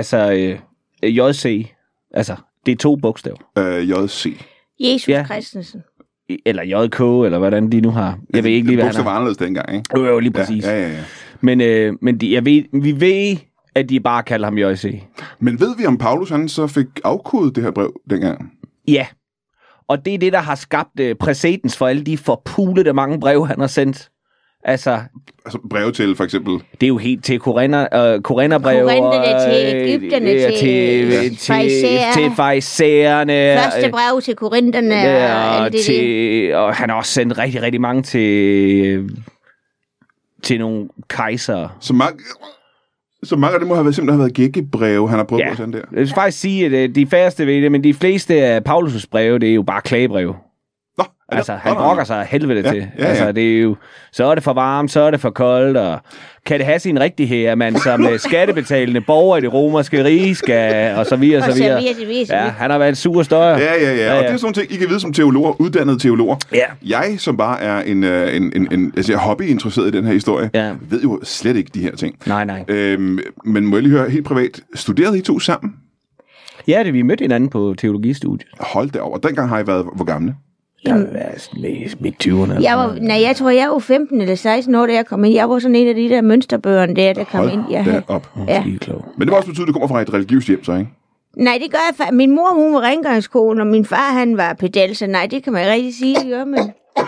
JC. Altså, det er 2 bogstaver. JC. Jesus Christensen. Eller JK, eller hvordan de nu har. Jeg ved ikke lige, hvad han har. Bogstaver anderledes dengang, ikke? Jo, lige præcis. Ja. Men vi ved, at de bare kalder ham JC. Men ved vi, om Paulus han så fik afkodet det her brev dengang? Ja. Og det er det, der har skabt præcedens for alle de forpulede mange breve, han har sendt. Altså breve til, for eksempel? Det er jo helt til korintherbrev. Korinterne til Egypterne, til farisæerne. Første brev til korinterne. Og han har også sendt rigtig, rigtig mange til nogle kejsere. Så mange af dem må have været gækkebreve, han har prøvet at sende der. Jeg vil faktisk sige, at de færreste ved det, men de fleste af Paulus' breve, det er jo bare klagebreve. Nå, altså, han brokker sig helvede til. Ja. Altså, det er jo, så er det for varmt, så er det for koldt, og kan det have sin rigtighed, at man som skattebetalende borger i det romerske rige skal, og så videre, og så videre. Ja, han har været en sur støjer. Ja. Og det er sådan nogle ting, I kan vide som teologer, uddannede teologer. Ja. Jeg, som bare er en hobbyinteresseret i den her historie, ved jo slet ikke de her ting. Nej. Men må jeg lige høre helt privat, studerede I 2 sammen? Ja, vi mødte hinanden på teologistudiet. Hold da over. Dengang har I været hvor gamle? Jeg var midt 20'erne. Jeg tror, jeg var 15 eller 16 år, da jeg kom ind. Jeg var sådan en af de der mønsterbørn der kom ind. Hold da op. Ja. Men det var også betydet, at du kommer fra et religiøst hjem, så ikke? Nej, det gør jeg. Min mor, hun var rengøringskone, og min far, han var pedel, så nej, det kan man rigtig sige, men...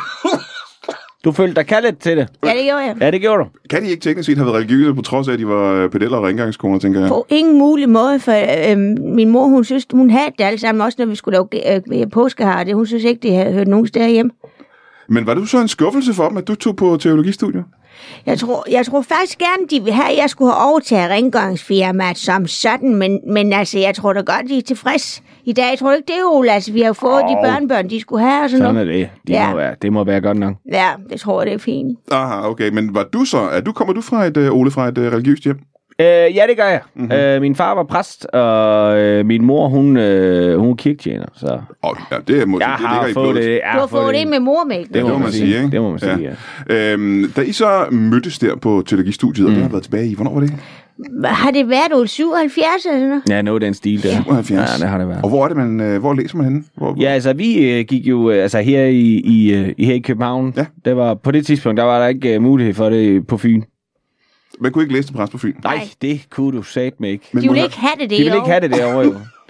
Du følte dig kaldet til det? Ja, det gjorde jeg. Ja, det gjorde du. Kan de ikke teknisk set have været religiøse, på trods af, at de var pedeller og rengøringskoner, tænker jeg? På ingen mulig måde, for min mor, hun synes, hun havde det alle sammen, også når vi skulle lave påskehar. Hun synes ikke, det havde hørt nogen steder hjem. Men var du så en skuffelse for dem, at du tog på teologistudiet? Jeg tror faktisk gerne, de vil have, at jeg skulle have overtaget rengøringsfirmaet som sådan, men altså, jeg tror da godt, de er tilfreds. I dag tror jeg ikke, det er jo, altså, vi har fået de børnebørn, de skulle have og sådan noget. Sådan er det. Det må være godt nok. Ja, det tror jeg, det er fint. Aha, okay. Men var du så, kommer du fra Ole, fra et religiøst hjem? Ja, det gør jeg. Mm-hmm. Min far var præst, og min mor, hun var kirketjener. Så. Ja, det ligger i blodet. Du har fået det med mormælk. Det må man sige, ikke? Det må man sige, ja. Da I så mødtes der på teologistudiet, og det har været tilbage i, hvornår var det? Har det været 77 eller noget? Ja, noget af den stil der. 77? Ja, det har det været. Og hvor er det, hvor læser man henne? Ja, altså vi gik jo her i København. Ja. Det var, på det tidspunkt, der var der ikke mulighed for det på Fyn. Man kunne ikke læse til præst på Fyn? Nej, det kunne du satme ikke. De ville ikke have det derovre. De ville ikke have det derovre, jo.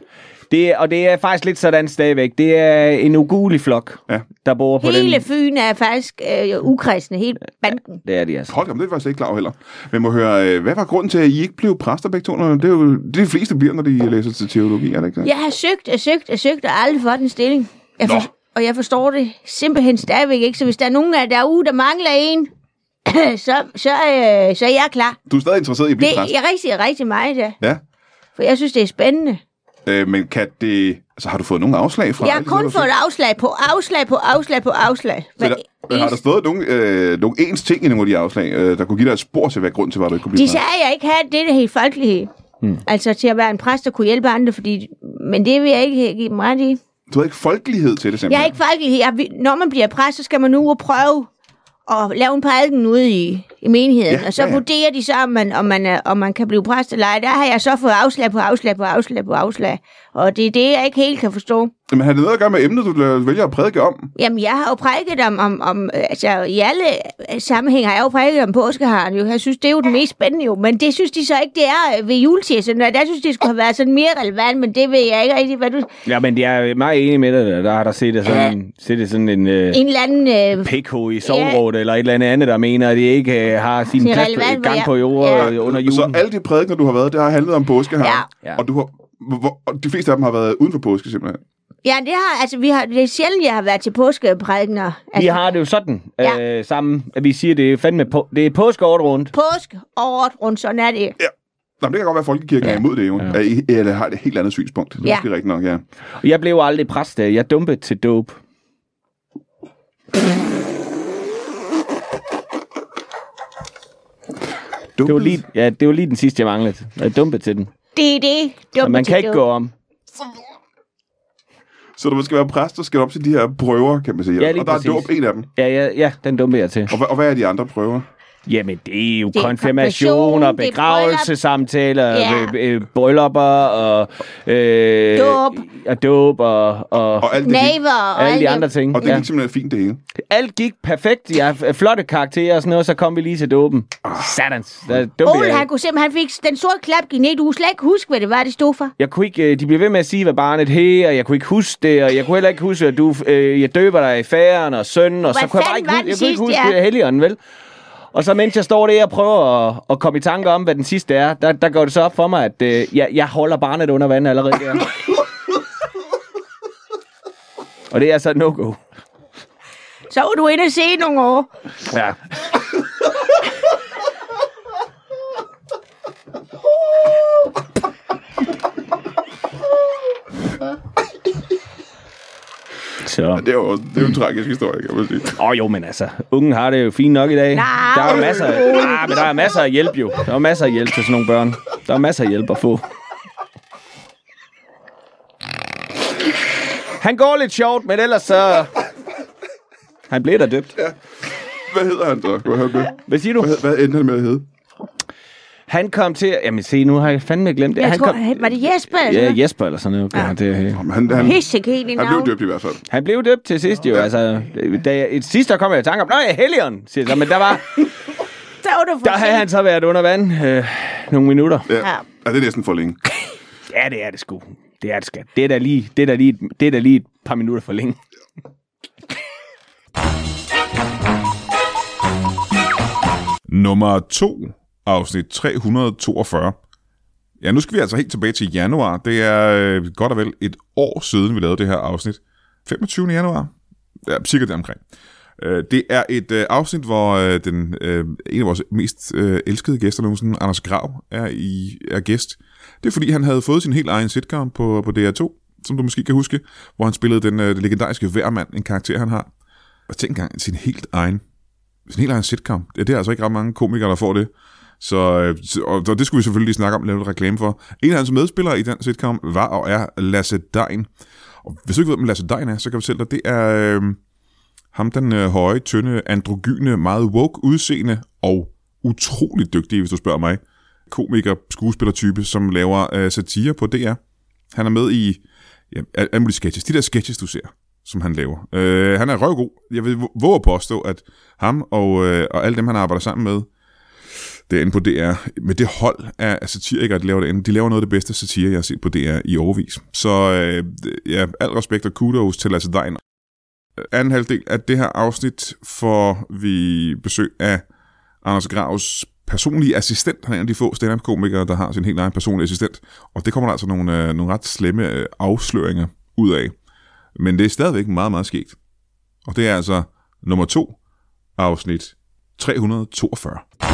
Det er faktisk lidt sådan stadigvæk. Det er en ugugelig flok, der bor på Hele den. Fyn er faktisk ukristne, helt banden. Det er de altså. Hold da, det var jeg faktisk ikke klar over heller. Men må høre, hvad var grunden til, at I ikke blev præster begge to? Det er jo det, de fleste bliver, når de læser til teologi, er det ikke det? Jeg har søgt og aldrig fået en stilling. Og jeg forstår det simpelthen stadigvæk ikke. Så hvis der er nogen af derude, der mangler en, så er jeg klar. Du er stadig interesseret i at blive præst? Jeg er rigtig meget, ja. Ja. For jeg synes, det er spændende. Men kan det... Altså, har du fået nogle afslag fra... Jeg har kun fået afslag på afslag. Har der stået nogle ens ting i nogle af de afslag, der kunne give dig et spor til, hvad grund til var, du ikke kunne blive præst? De sagde, at jeg ikke havde det helt folkelighed. Altså til at være en præst, der kunne hjælpe andre, men det vil jeg ikke give mig ret i. Du har ikke folkelighed til det, simpelthen? Jeg har ikke folkelighed. Når man bliver præst, så skal man nu prøve at lave en prædiken ude i menigheden, og så vurderer de så, om man kan blive præst eller ej. Der har jeg så fået afslag, og det er det, jeg ikke helt kan forstå. Men har det noget at gøre med emnet, du vælger at prædike om? Jamen, jeg har jo prædiket om altså i alle sammenhæng har jeg jo prædiket om påskeharen, jo. Jeg synes, det er jo det mest spændende, jo. Men det synes de så ikke, det er ved juletid. Så der synes de skulle have været sådan mere relevant, men det ved jeg ikke rigtig, hvad du... Ja, men jeg er meget enig med dig. Der har der set sådan en eller anden... PK i sovnrådet, eller et eller andet, der mener, at de ikke har sin gang på jorden under julen. Så alle de prædikener, du har været, det har handlet om påskeharen. Ja. Og de fleste af dem har været uden for påske, simpelthen. Ja, det er sjældent, jeg har været til påskeprædikener. Vi har det jo sådan sammen, at vi siger, det er fandme det er påskeåret rundt. Påskeåret rundt, sådan er det. Ja. Nå, men det kan godt være, at Folkekirken er imod det jo. Ja. Eller har et helt andet synspunkt. Det er måske rigtigt nok, ja. Jeg blev aldrig præst. Jeg dumpede til dåb. Det var lige den sidste, jeg manglede. Jeg dumpede til den. Det er det. Og man kan ikke gå om. Så du skal være præst, og skal op til de her prøver, kan man sige. Ja, og der er dåb en af dem. Ja, den dumper jeg til. Og hvad er de andre prøver? Jamen, det er jo konfirmationer, begravelsesamtaler, bryllupper og dåb og alle de andre ting. Og det gik simpelthen fint, det hele. Alt gik perfekt. Jeg har flotte karakterer og sådan noget, så kom vi lige til dåben. Satans. Ole, han fik den sorte klap gik ned. Du kunne slet ikke huske, hvad det var, det stod for. Jeg kunne ikke, de blev ved med at sige, hvad barnet hed, og jeg kunne ikke huske det, og jeg kunne heller ikke huske, at jeg døber dig i faderen og sønnen, og så kunne jeg bare ikke huske Helligånden, vel? Og så mens jeg står der og prøver at komme i tanke om, hvad den sidste er, der går det så op for mig, at jeg holder barnet under vand allerede der. Og det er så et no-go. Så var du inde og se nogle år. Ja. Så. Ja, det er jo en tragisk historie, kan man sige. Jo, men altså, ungen har det jo fint nok i dag. Der er masser af hjælp jo. Der er masser af hjælp til sådan nogle børn. Der er masser af hjælp at få. Han går lidt sjovt, men ellers så... Han blev da døbt. Ja. Hvad hedder han så? Hvad siger du? Hvad endte han med at hedde? Han kom til... Jamen se, nu har jeg fandme glemt det. Var det Jesper? Eller ja, Jesper eller sådan noget. Ja. Han blev døbt i hvert fald. Han blev døbt til sidst jo. Altså, sidst der kom jeg i tanke om, Helligånden, siger jeg. Men der var... der havde han så været under vand nogle minutter. Ja, det er næsten for længe. Ja, det er det sgu. Det er det skat. Det er da lige et par minutter for længe. Nummer 2, afsnit 342. Ja, nu skal vi altså helt tilbage til januar. Det er godt og vel et år siden, vi lavede det her afsnit. 25. januar? Ja, cirka det omkring. Det er et afsnit, hvor en af vores mest elskede gæster nogensinde, Anders Grav, er gæst. Det er fordi, han havde fået sin helt egen sitcom på DR2, som du måske kan huske, hvor han spillede den legendariske Vejrmand, en karakter, han har. Og tænk engang, sin helt egen sitcom. Det er altså ikke ret mange komikere, der får det. Så det skulle vi selvfølgelig snakke om, lave lidt reklame for. En af hans medspillere i den sitcom var og er Lasse Degn. Og hvis du ikke ved, hvem Lasse Degn er, så kan vi fortælle dig, det er ham, den høje, tynde, androgyne, meget woke udseende og utroligt dygtige, hvis du spørger mig, komiker, skuespillertype, som laver satire på DR. Han er med i alle mulige sketches. De der sketches, du ser, som han laver. Han er røvgod. Jeg vil våge at påstå, at ham og alle dem, han arbejder sammen med, derinde på DR, med det hold af satirikere, de laver derinde. De laver noget af det bedste satire, jeg har set på DR i årevis. Så al respekt og kudos til Lasse Degn. Anden halvdel af det her afsnit får vi besøg af Anders Gravs personlige assistent. Han er en af de få stand-up-komikere, der har sin helt egen personlige assistent. Og det kommer der altså nogle ret slemme afsløringer ud af. Men det er stadigvæk meget, meget skægt. Og det er altså nummer 2, afsnit 342.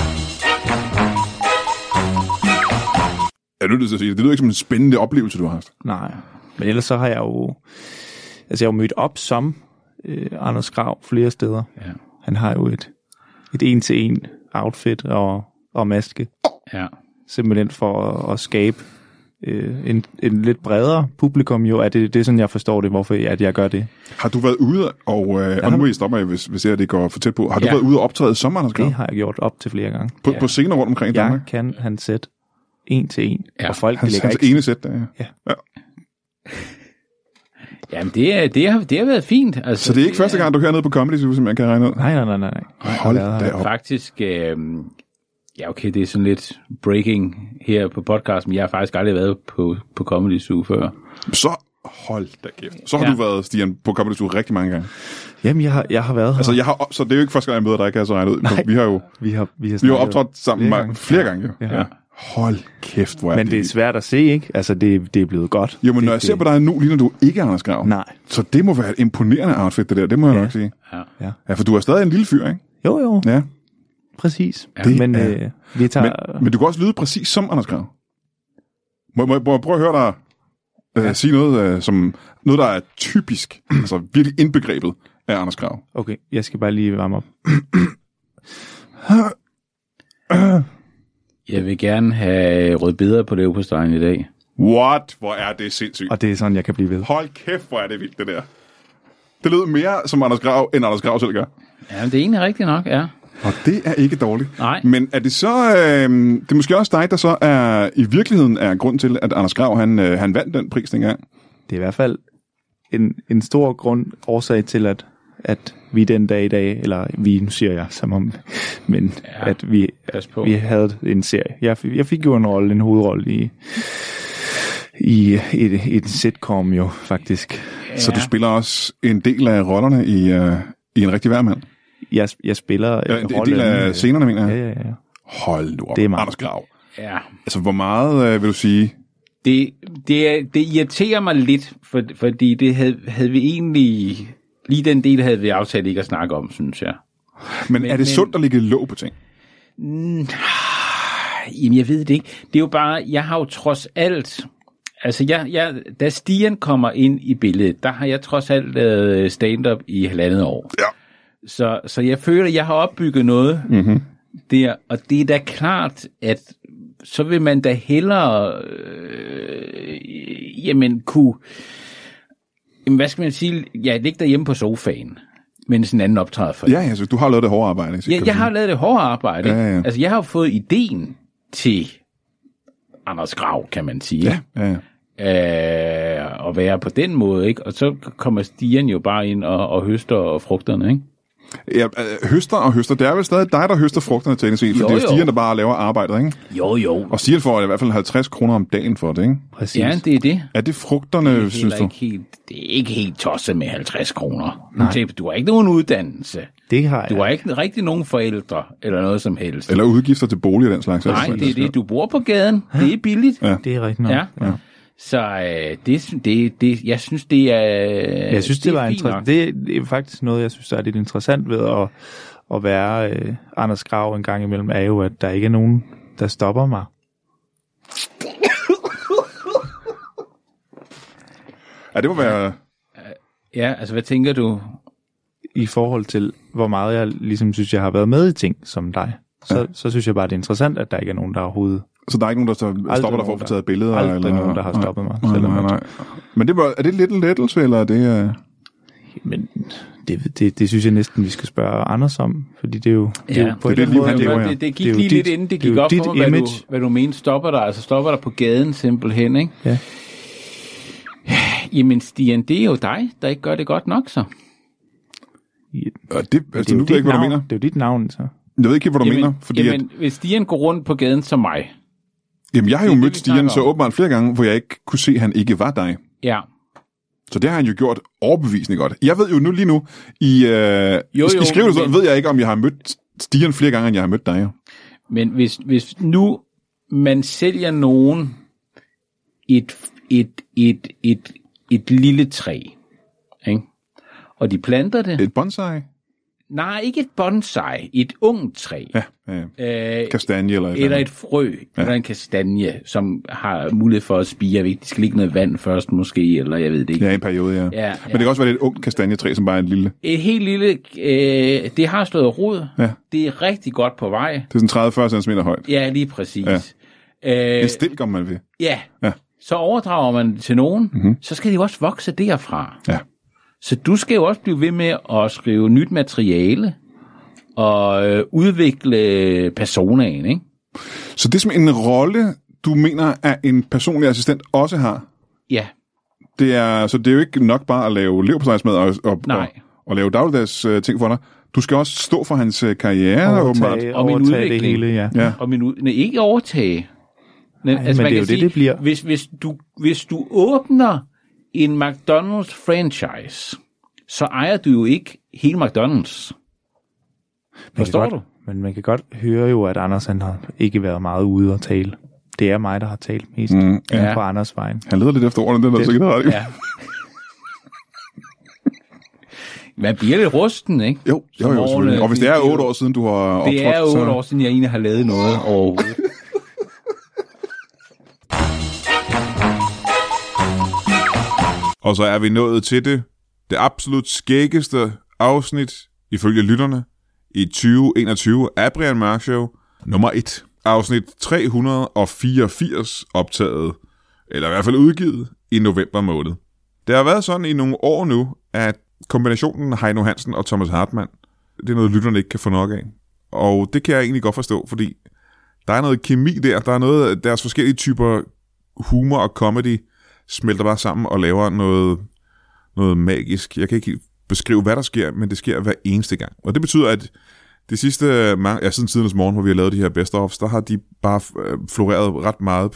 Jeg er nødt til at sige, det lyder ikke som en spændende oplevelse, du har haft. Nej, men ellers så har jeg jo... Altså, jeg har mødt op som Anders Grav flere steder. Ja. Han har jo et en-til-en outfit og maske. Ja. Simpelthen for at skabe en lidt bredere publikum jo. Det er sådan, jeg forstår det, hvorfor jeg gør det. Har du været ude, og nu vil jeg stoppe mig, hvis det går for tæt på. Har du været ude og optræde som Anders Grav? Det har jeg gjort op til flere gange. På scener rundt omkring i Danmark? Jeg kan han sæt en til en, og folk hans ikke... ene sæt, der, ja. Jamen, det har været fint. Altså, så det er ikke første gang, du hører noget på Comedy Zoo, som man kan regne ud? Nej. Hold da op. Faktisk, ja okay, det er sådan lidt breaking her på podcasten, men jeg har faktisk aldrig været på Comedy Zoo før. Så hold da kæft. Så har du været, Stian, på Comedy Zoo rigtig mange gange. Jamen, jeg har været her. Altså, så det er jo ikke første gang, jeg møder dig, kan jeg så regne ud. Nej, vi har optrådt sammen flere gange. Ja. Hold kæft, hvor er men det er svært at se, ikke? Altså, det er blevet godt. Jo, men når jeg ser på dig nu, ligner du ikke Anders Grav. Nej. Så det må være et imponerende outfit, det der. Det må jeg nok sige. Ja, for du er stadig en lille fyr, ikke? Jo. Ja. Præcis. Ja. Men vi tager... Men du kan også lyde præcis som Anders Grav. Må jeg prøve at høre dig sige noget, som noget, der er typisk, altså virkelig indbegrebet af Anders Grav. Okay, jeg skal bare lige varme op. Jeg vil gerne have rødbeder på leverpostejen i dag. What? Hvor er det sindssygt. Og det er sådan, jeg kan blive ved. Hold kæft, hvor er det vildt, det der. Det lød mere som Anders Grav, end Anders Grav selv gør. Ja, det er egentlig rigtigt nok, ja. Og det er ikke dårligt. Nej. Men er det så... det er måske også dig, der så er i virkeligheden er grund til, at Anders Grav, han vandt den pris dengang? Det er i hvert fald en stor årsag til, at vi den dag i dag, eller vi, nu siger jeg som om, men at vi havde en serie. Jeg fik jo en hovedrolle i et sitcom jo, faktisk. Ja. Så du spiller også en del af rollerne i En rigtig værmand? Jeg spiller en del af scenerne, mener jeg? Ja. Hold nu op, det er Anders Grav. Ja. Altså, hvor meget vil du sige? Det irriterer mig lidt, fordi det havde vi egentlig... Lige den del havde vi aftalt ikke at snakke om, synes jeg. Men er det sundt at ligge låg på ting? Jamen, jeg ved det ikke. Det er jo bare, jeg har jo trods alt... Altså, da Stian kommer ind i billedet, der har jeg trods alt lavet stand-up i 1,5 år. Ja. Så jeg føler, at jeg har opbygget noget der, og det er da klart, at så vil man da hellere kunne... Jamen, hvad skal man sige? Jeg ligger derhjemme på sofaen, mens en anden optræder for Ja, så du har lavet det hårde arbejde. Ja, jeg har lavet det hårde arbejde. Ja. Altså, jeg har jo fået ideen til Anders Grav, kan man sige. Ja. At være på den måde, ikke? Og så kommer Stian jo bare ind og høster frugterne, ikke? Ja, høster. Det er vel stadig dig, der høster frugterne til NSC, for det er Stian, der bare laver arbejdet, ikke? Jo. Og Stian får i hvert fald 50 kroner om dagen for det, ikke? Præcis. Ja, det er det. Er det frugterne, synes du? Det er ikke helt tosset med 50 kroner. Du har ikke nogen uddannelse. Det har jeg. Du har ikke rigtig nogen forældre, eller noget som helst. Eller udgifter til bolig og den slags. Nej, det er det. Du bor på gaden. Det er billigt. Ja. Det er rigtigt nok. Ja. Så jeg synes, det er... Jeg synes, det var interessant. Det er faktisk noget, jeg synes, der er lidt interessant ved at være Anders Grav en gang imellem, er jo, at der ikke er nogen, der stopper mig. Ja, det må være... Ja, altså, hvad tænker du? I forhold til, hvor meget jeg ligesom synes, jeg har været med i ting som dig. Så synes jeg bare, det er interessant, at der ikke er nogen, der overhovedet... Så der er ikke nogen, der stopper dig for at få taget billeder? Aldrig nogen, der har stoppet mig. Nej. Men er det lidt en lettelse, eller er det... Men det synes jeg næsten, vi skal spørge Anders om, fordi det er jo... Ja, det er det liv, han lever, ja. Det gik lige lidt inden, det gik op for mig, hvad du mener stopper dig. Altså stopper dig på gaden simpelthen, ikke? Ja. Jamen Stian, det er jo dig, der ikke gør det godt nok, så. Det er jo dit navn. Det er jo dit navn, så. Jeg ved ikke, hvad du mener. Fordi hvis Stian går rundt på gaden som mig... Jamen, jeg har jo mødt Stian så åbenbart flere gange, hvor jeg ikke kunne se, at han ikke var dig. Ja. Så det har han jo gjort overbevisende godt. Jeg ved jo lige nu, i skrivelsen ved jeg ikke, om jeg har mødt Stian flere gange, end jeg har mødt dig. Men hvis nu man sælger nogen et lille træ, ikke? Og de planter det... Et bonsai? Nej, ikke et bonsai. Et ungt træ. Ja. Kastanje eller et frø, eller en kastanje, som har mulighed for at spire. De skal ligge noget vand først måske, eller jeg ved det ikke. Ja, en periode, ja. Men det kan også være et ungt kastanjetræ, som bare er en lille. Et helt lille... det har slået rod. Ja. Det er rigtig godt på vej. Det er sådan 30-40 cm højt. Ja, lige præcis. Ja. En stilk, om man vil. Ja. Så overdrager man det til nogen, så skal de jo også vokse derfra. Ja. Så du skal jo også blive ved med at skrive nyt materiale og udvikle personaen, ikke? Så det er som en rolle, du mener, at en personlig assistent også har? Ja. Så det er jo ikke nok bare at lave leverpostejsmad og lave dagligdags ting for dig. Du skal også stå for hans karriere, åbenbart. Og min udvikling. Det hele, ja. Og ikke overtage. Men det er jo det bliver. Hvis du åbner en McDonald's franchise, så ejer du jo ikke hele McDonald's. Forstår du? Men man kan godt høre jo, at Anders han har ikke været meget ude at tale. Det er mig, der har talt mest på Anders vejen. Han leder lidt efter ordene, den er sikkert ret. Ja. Man bliver lidt rusten, ikke? Jo, og hvis det er 8 år siden, du har optrådt... Det er 8 år siden, jeg egentlig har lavet noget overhovedet. Og så er vi nået til det absolut skæggeste afsnit, ifølge lytterne, i 2021 af Brian Mørk Show, nummer 1. Afsnit 384, optaget, eller i hvert fald udgivet, i november måned. Det har været sådan i nogle år nu, at kombinationen Heino Hansen og Thomas Hartmann, det er noget, lytterne ikke kan få nok af. Og det kan jeg egentlig godt forstå, fordi der er noget kemi der, der er noget af deres forskellige typer humor og comedy, smelter bare sammen og laver noget magisk. Jeg kan ikke beskrive, hvad der sker, men det sker hver eneste gang. Og det betyder, at det sidste, siden tidens morgen, hvor vi har lavet de her best-ofs, der har de bare floreret ret meget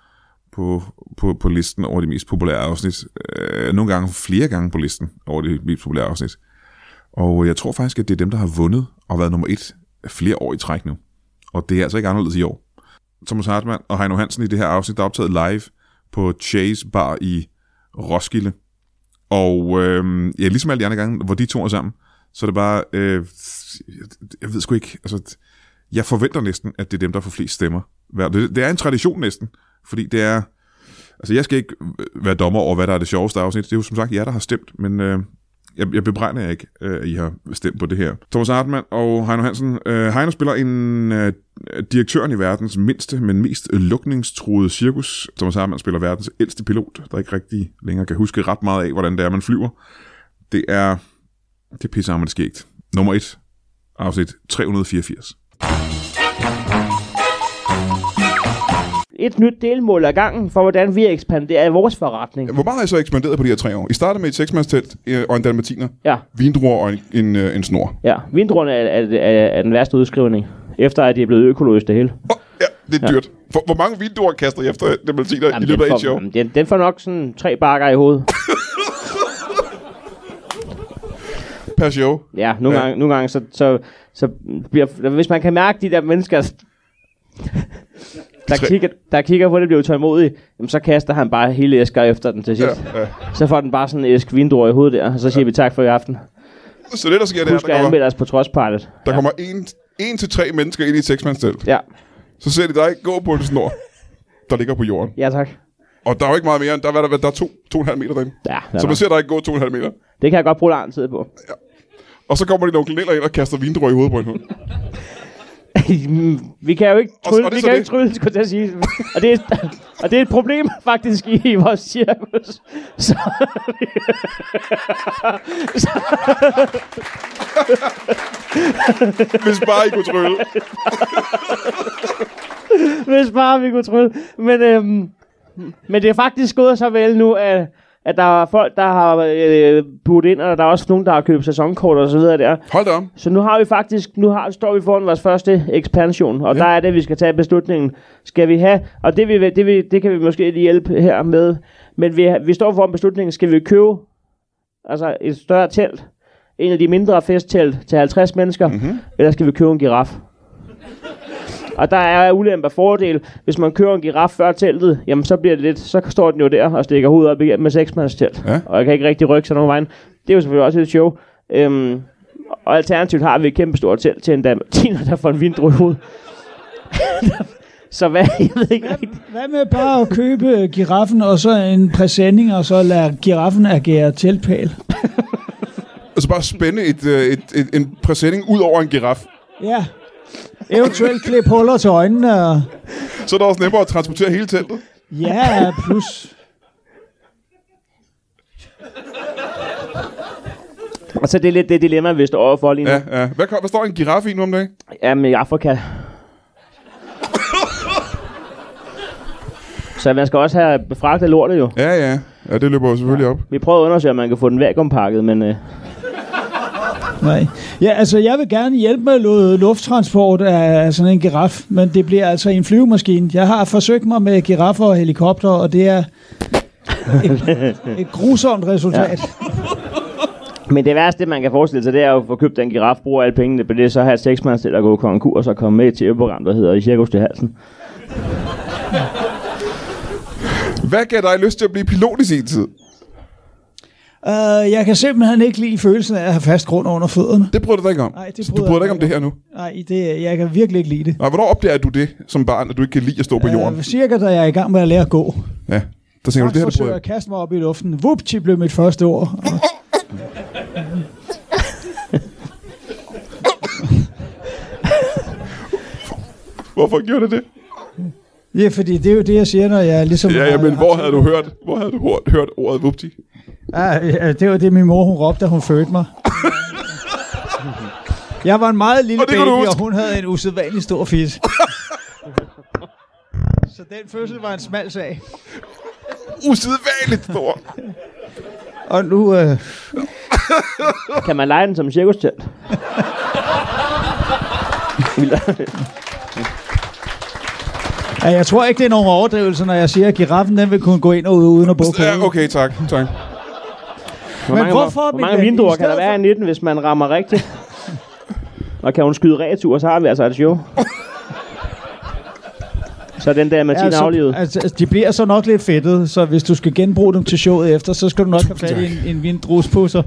på listen over de mest populære afsnit. Nogle gange flere gange på listen over de mest populære afsnit. Og jeg tror faktisk, at det er dem, der har vundet og været nummer 1 flere år i træk nu. Og det er altså ikke anderledes i år. Thomas Hartmann og Heino Hansen i det her afsnit, der er optaget live på Chase Bar i Roskilde. Og ligesom alle de andre gange, hvor de to er sammen, så er det bare, jeg ved sgu ikke, altså, jeg forventer næsten, at det er dem, der får flest stemmer. Det er en tradition næsten, fordi det er, altså jeg skal ikke være dommer over, hvad der er det sjoveste afsnit. Det er jo som sagt jer, der har stemt, men jeg bebrejder jer ikke, at I har stemt på det her. Thomas Hartmann og Heino Hansen. Heino spiller en direktøren i verdens mindste, men mest lukningstruede cirkus. Thomas Hartmann spiller verdens ældste pilot, der ikke rigtig længere kan huske ret meget af, hvordan det er, man flyver. Det er pissehammerende skægt. Nummer 1, afsnit 384. Et nyt delmål ad gangen for, hvordan vi ekspanderer i vores forretning. Hvor meget har I så ekspanderet på de her 3 år? I startede med et 6-mandstelt og en dalmatiner. Ja. Vindruer og en snor. Ja, vindruerne er den værste udskrivning, efter at de er blevet økologisk det hele. Ja, det er dyrt. Hvor mange vindruer kaster I efter dalmatiner i løbet af et show? Den får nok sådan 3 bakker i hovedet. Per show? Ja, nogle gange så bliver, hvis man kan mærke de der mennesker, der kigger på, at det bliver utålmodigt, så kaster han bare hele æsker efter den til sidst. Ja. Så får den bare sådan en æsk vindruer i hovedet der, og så siger vi tak for i aften. Så det, der sker, det er, husk at anmelde os på Trustpilot. Der kommer 1 til 3 mennesker ind i et 6-mandstelt. Ja. Så ser de dig gå på en snor, der ligger på jorden. Ja, tak. Og der er jo ikke meget mere, der er 2,5 meter derinde. Ja, så man ser dig ikke gå 2,5 meter. Det kan jeg godt bruge lang tid på. Ja. Og så kommer de nogle klingeller ind og kaster vindruer i hovedet på en hund. Vi kan jo ikke trylle, skulle jeg sige. Og det er et problem faktisk i vores cirkus. Hvis bare I kunne trylle. Hvis bare vi kunne trylle. Men det er faktisk gået så vel nu, at at der er folk, der har puttet ind, og der er også nogen, der har købt sæsonkort og så videre der. Hold da om. Så nu har vi faktisk, står vi foran vores første ekspansion, og der er det, vi skal tage beslutningen. Skal vi have, og det kan vi måske lige hjælpe her med, men vi står foran beslutningen, skal vi købe altså et større telt, en af de mindre festtelt til 50 mennesker, eller skal vi købe en giraf? Og der er ulempe og fordel. Hvis man kører en giraf før teltet, jamen så bliver det lidt, så står den jo der og stikker hovedet op igennem med 6-mands telt. Ja. Og jeg kan ikke rigtig rykke sig nogen vejen. Det er jo selvfølgelig også et show. Og alternativt har vi et kæmpe stort telt til en dalmatiner, der får en vindrue i hovedet. Så hvad? Jeg ved ikke rigtigt. Hvad med bare at købe giraffen og så en præsending, og så lade giraffen agere teltpæl? Altså bare spænde en præsending ud over en giraf. Ja. Eventuelt klippe huller til øjnene. Og... Så er det også nemmere at transportere hele teltet. Ja, plus... Og så det er lidt det dilemma, vi står overfor lige nu. Ja. Hvad står en giraf i nu om dagen? Jamen, i Afrika. Så man skal også have befragtet lortet jo. Ja, det løber jo selvfølgelig op. Vi prøver at undersøge, om man kan få den vakuumpakket, men... Nej. Ja, altså jeg vil gerne hjælpe med lufttransport af sådan en giraf, men det bliver altså en flyvemaskine. Jeg har forsøgt mig med giraffer og helikopter, og det er et grusomt resultat. Ja. Men det værste, man kan forestille sig, det er jo at få købt en giraf, bruge alle pengene på det, så have et 6-mands til at gå konkurs og komme med i et TV-program, der hedder I Cirkus til halsen. Hvad gav dig lyst til at blive pilot i sin tid? Jeg kan simpelthen ikke lide følelsen af at have fast grund under fødderne. Det bryder du dig ikke om? Nej, det så du bryder dig ikke om det her nu? Nej, jeg kan virkelig ikke lide det. Nej, hvornår opdager du det som barn, at du ikke kan lide at stå på jorden? Cirka da jeg er i gang med at lære at gå. Ja, der tænker du, det her, du prøver. Jeg kaste mig op i luften. Vupti blev mit første ord. Hvorfor gjorde det det? Ja, fordi det er jo det, jeg siger, når jeg ligesom... Ja, men hvor havde du hørt ordet vupti? Ja, det var det, min mor hun råbte, da hun fødte mig. Jeg var en meget lille baby, og hun havde en usædvanlig stor fis. Så den fødsel var en smal sag. Usædvanligt stor. Og nu... Kan man lege den som cirkustelt? Ja, jeg tror ikke, det er nogen overdrivelse, når jeg siger, at giraffen den vil kunne gå ind og ud uden at bukke. Ja, okay, tak. Hvor mange vinduer kan der være i 19, hvis man rammer rigtigt? Og kan hun skyde retur, så har vi altså et show. Så den der Martin aflivet. Altså, de bliver så nok lidt fedtet, så hvis du skal genbruge dem til showet efter, så skal du nok have fat i en vindruspusser.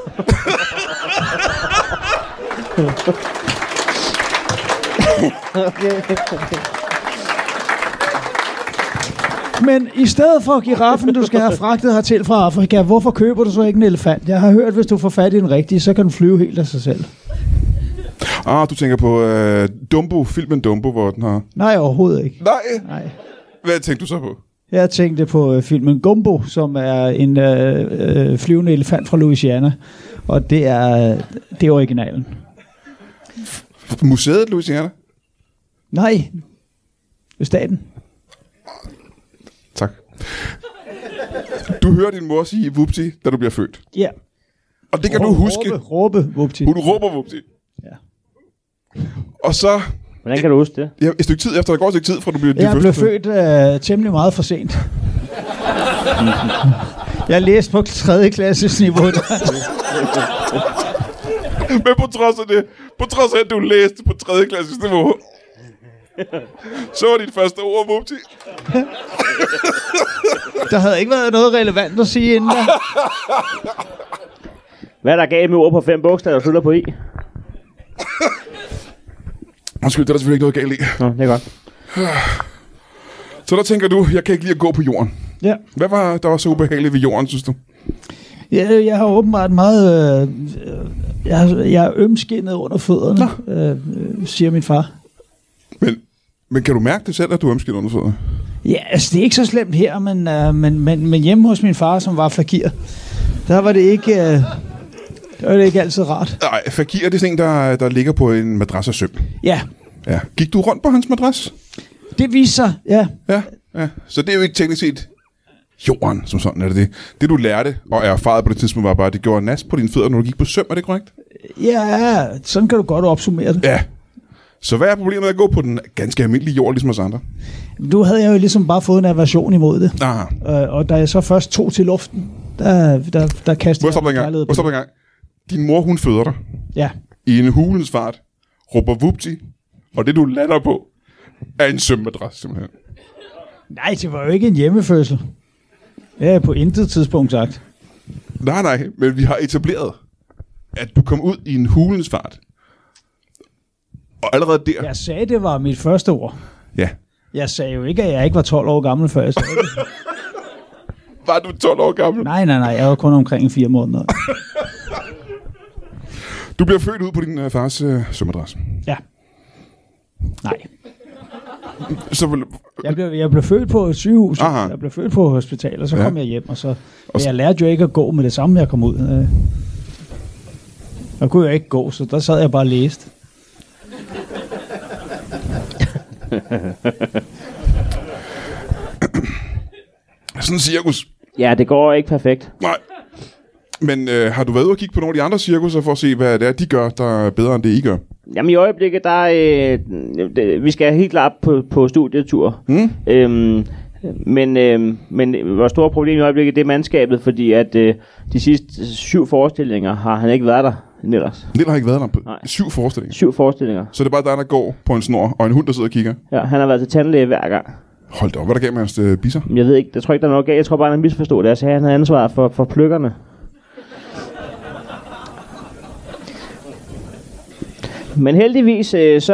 Men i stedet for giraffen, du skal have fragtet hertil fra Afrika, hvorfor køber du så ikke en elefant? Jeg har hørt, hvis du får fat i den rigtige, så kan den flyve helt af sig selv. Du tænker på Dumbo, filmen Dumbo, hvor den har... Nej, overhovedet ikke. Nej. Hvad tænkte du så på? Jeg tænkte på filmen Gumbo, som er en flyvende elefant fra Louisiana. Og det er originalen. Museet Louisiana? Nej. Staten. Tak. Du hører din mor sige vupti, da du bliver født. Ja. Og det kan du huske. Råbe vupti. Hun råber vupti. Ja. Og så... Hvordan kan du huske det? Ja, et stykke tid efter, der går et stykke tid, fra du bliver Jeg blev født temmelig meget for sent. Jeg læste på 3. klasses niveau. Men på trods af at du læste på 3. klasses niveau, så var dit første ord vupti. Der havde ikke været noget relevant at sige inden da. Hvad er der galt med ord på 5 bogstaver, der slutter på i? Undskyld, det er der selvfølgelig ikke noget galt i. Nå, det er godt. Så der tænker du, jeg kan ikke lide at gå på jorden. Ja. Hvad var der var så ubehageligt ved jorden, synes du? Jeg har åbenbart meget... jeg er ømskinnet under fødderne, siger min far. Men kan du mærke det selv, at du er ømskinnet under fødderne? Ja, altså det er ikke så slemt her, men hjemme hos min far, som var fakir, der var det ikke... Det var det ikke altid rart. Nej, fakir, det er sådan en, der ligger på en madras af søm. Ja. Gik du rundt på hans madras? Det viser sig, ja. Ja. Så det er jo ikke teknisk set jorden som sådan. Er det det? Det du lærte og erfaret på det tidspunkt var bare, at det gjorde nas på dine fødder, når du gik på søm. Er det korrekt? Ja, sådan kan du godt opsummere det. Ja. Så hvad er problemet med at gå på den ganske almindelige jord, ligesom os andre? Du havde jeg jo ligesom bare fået en aversion imod det. Og da jeg så først tog til luften, der kastede jeg kærlighed på det. Din mor, hun føder dig. Ja. I en hulens fart, råber vupti, og det du lander på, er en sømmadras, simpelthen. Nej, det var jo ikke en hjemmefødsel. Det er på intet tidspunkt sagt. Nej, men vi har etableret, at du kom ud i en hulens fart. Og allerede der... Jeg sagde, det var mit første ord. Ja. Jeg sagde jo ikke, at jeg ikke var 12 år gammel, før jeg sagde det. Var du 12 år gammel? Nej, jeg var kun omkring 4 måneder. Du bliver født ud på din fars sømmadras. Ja. Nej. Så jeg blev født på et sygehus. Aha. Jeg blev født på hospital, og så kom jeg hjem, og så... Jeg lærte jo ikke at gå med det samme, jeg kom ud. Jeg kunne jo ikke gå, så der sad jeg bare og læste. Sådan en cirkus. Ja, det går ikke perfekt. Nej. Men har du været ude og kigge på nogle af de andre cirkusser for at se, hvad det er, de gør, der er bedre end det, I gør? Jamen i øjeblikket, vi skal helt klart på studietur. Men vores store problem i øjeblikket, det er mandskabet, fordi at de sidste 7 forestillinger har han ikke været der, Niels. Niels har ikke været der på 7 forestillinger? 7 forestillinger. Så det er bare dig, der går på en snor, og en hund, der sidder og kigger? Ja, han har været til tandlæge hver gang. Hold da op, hvad der gav med hans bisser? Jeg ved ikke, jeg tror ikke, der er noget galt. Jeg tror bare, han misforstod det. Jeg sagde, han havde ansvar for pløkkerne. Men heldigvis,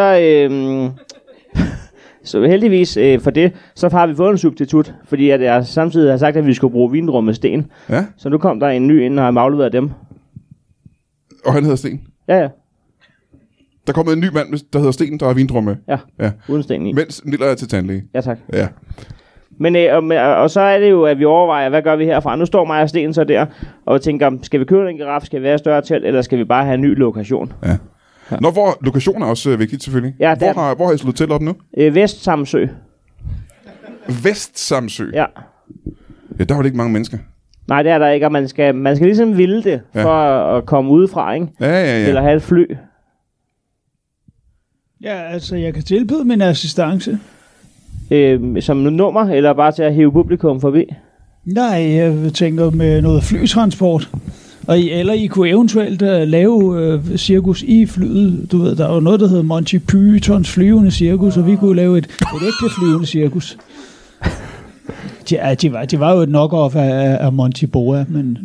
så heldigvis for det, så har vi fået en substitut, fordi at jeg samtidig har sagt, at vi skulle bruge vindrum med sten. Ja. Så nu kom der en ny ind og har afleveret dem. Og han hedder Sten? Ja. Der kommer en ny mand, der hedder Sten, der har vindrum med? Ja, uden sten i. Mens Niller er til tandlæge? Ja, tak. Ja. Men og så er det jo, at vi overvejer, hvad gør vi herfra? Nu står mig og Sten så der, og tænker, skal vi købe en giraf, skal vi være større telt, eller skal vi bare have en ny lokation? Ja. Nå, hvor lokationen er også vigtigt selvfølgelig. Ja, hvor har I slået telt op nu? Vest Samsø. Vest Samsø? Ja. Ja, der var det ikke mange mennesker. Nej, det er der ikke, og man skal ligesom ville det, for at komme udefra, ikke? Ja. Eller have et fly. Ja, altså, jeg kan tilbyde min assistance. Som nummer, eller bare til at hive publikum forbi? Nej, jeg tænker med noget flytransport. Eller I kunne eventuelt lave cirkus i flyet. Du ved, der er jo noget, der hedder Monty Pythons flyvende cirkus, og vi kunne lave et ægte flyvende cirkus. De var jo et knock-off af Monty Boa, men...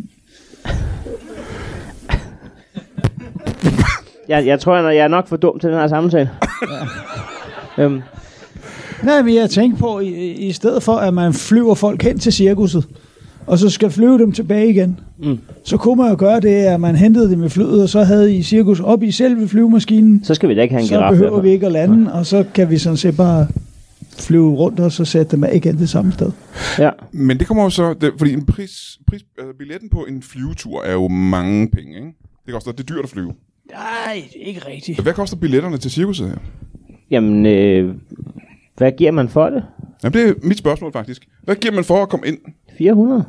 Jeg tror, jeg er nok for dum til den her samtale. Ja. Nej, men jeg tænkte på, i stedet for, at man flyver folk hen til cirkuset, og så skal flyve dem tilbage igen, så kunne man jo gøre det, at man hentede dem i flyet, og så havde I cirkus op i selve flyvemaskinen. Så skal vi da ikke have en giraf. Så behøver vi ikke at lande, og så kan vi sådan set bare flyve rundt, og så sætte dem af igen det samme sted. Ja. Men det kommer jo så, fordi en billetten på en flyvetur er jo mange penge, ikke? Det koster, det er dyrt at flyve. Nej, det er ikke rigtigt. Hvad koster billetterne til cirkuset her? Jamen, hvad giver man for det? Jamen, det er mit spørgsmål faktisk. Hvad giver man for at komme ind? 400.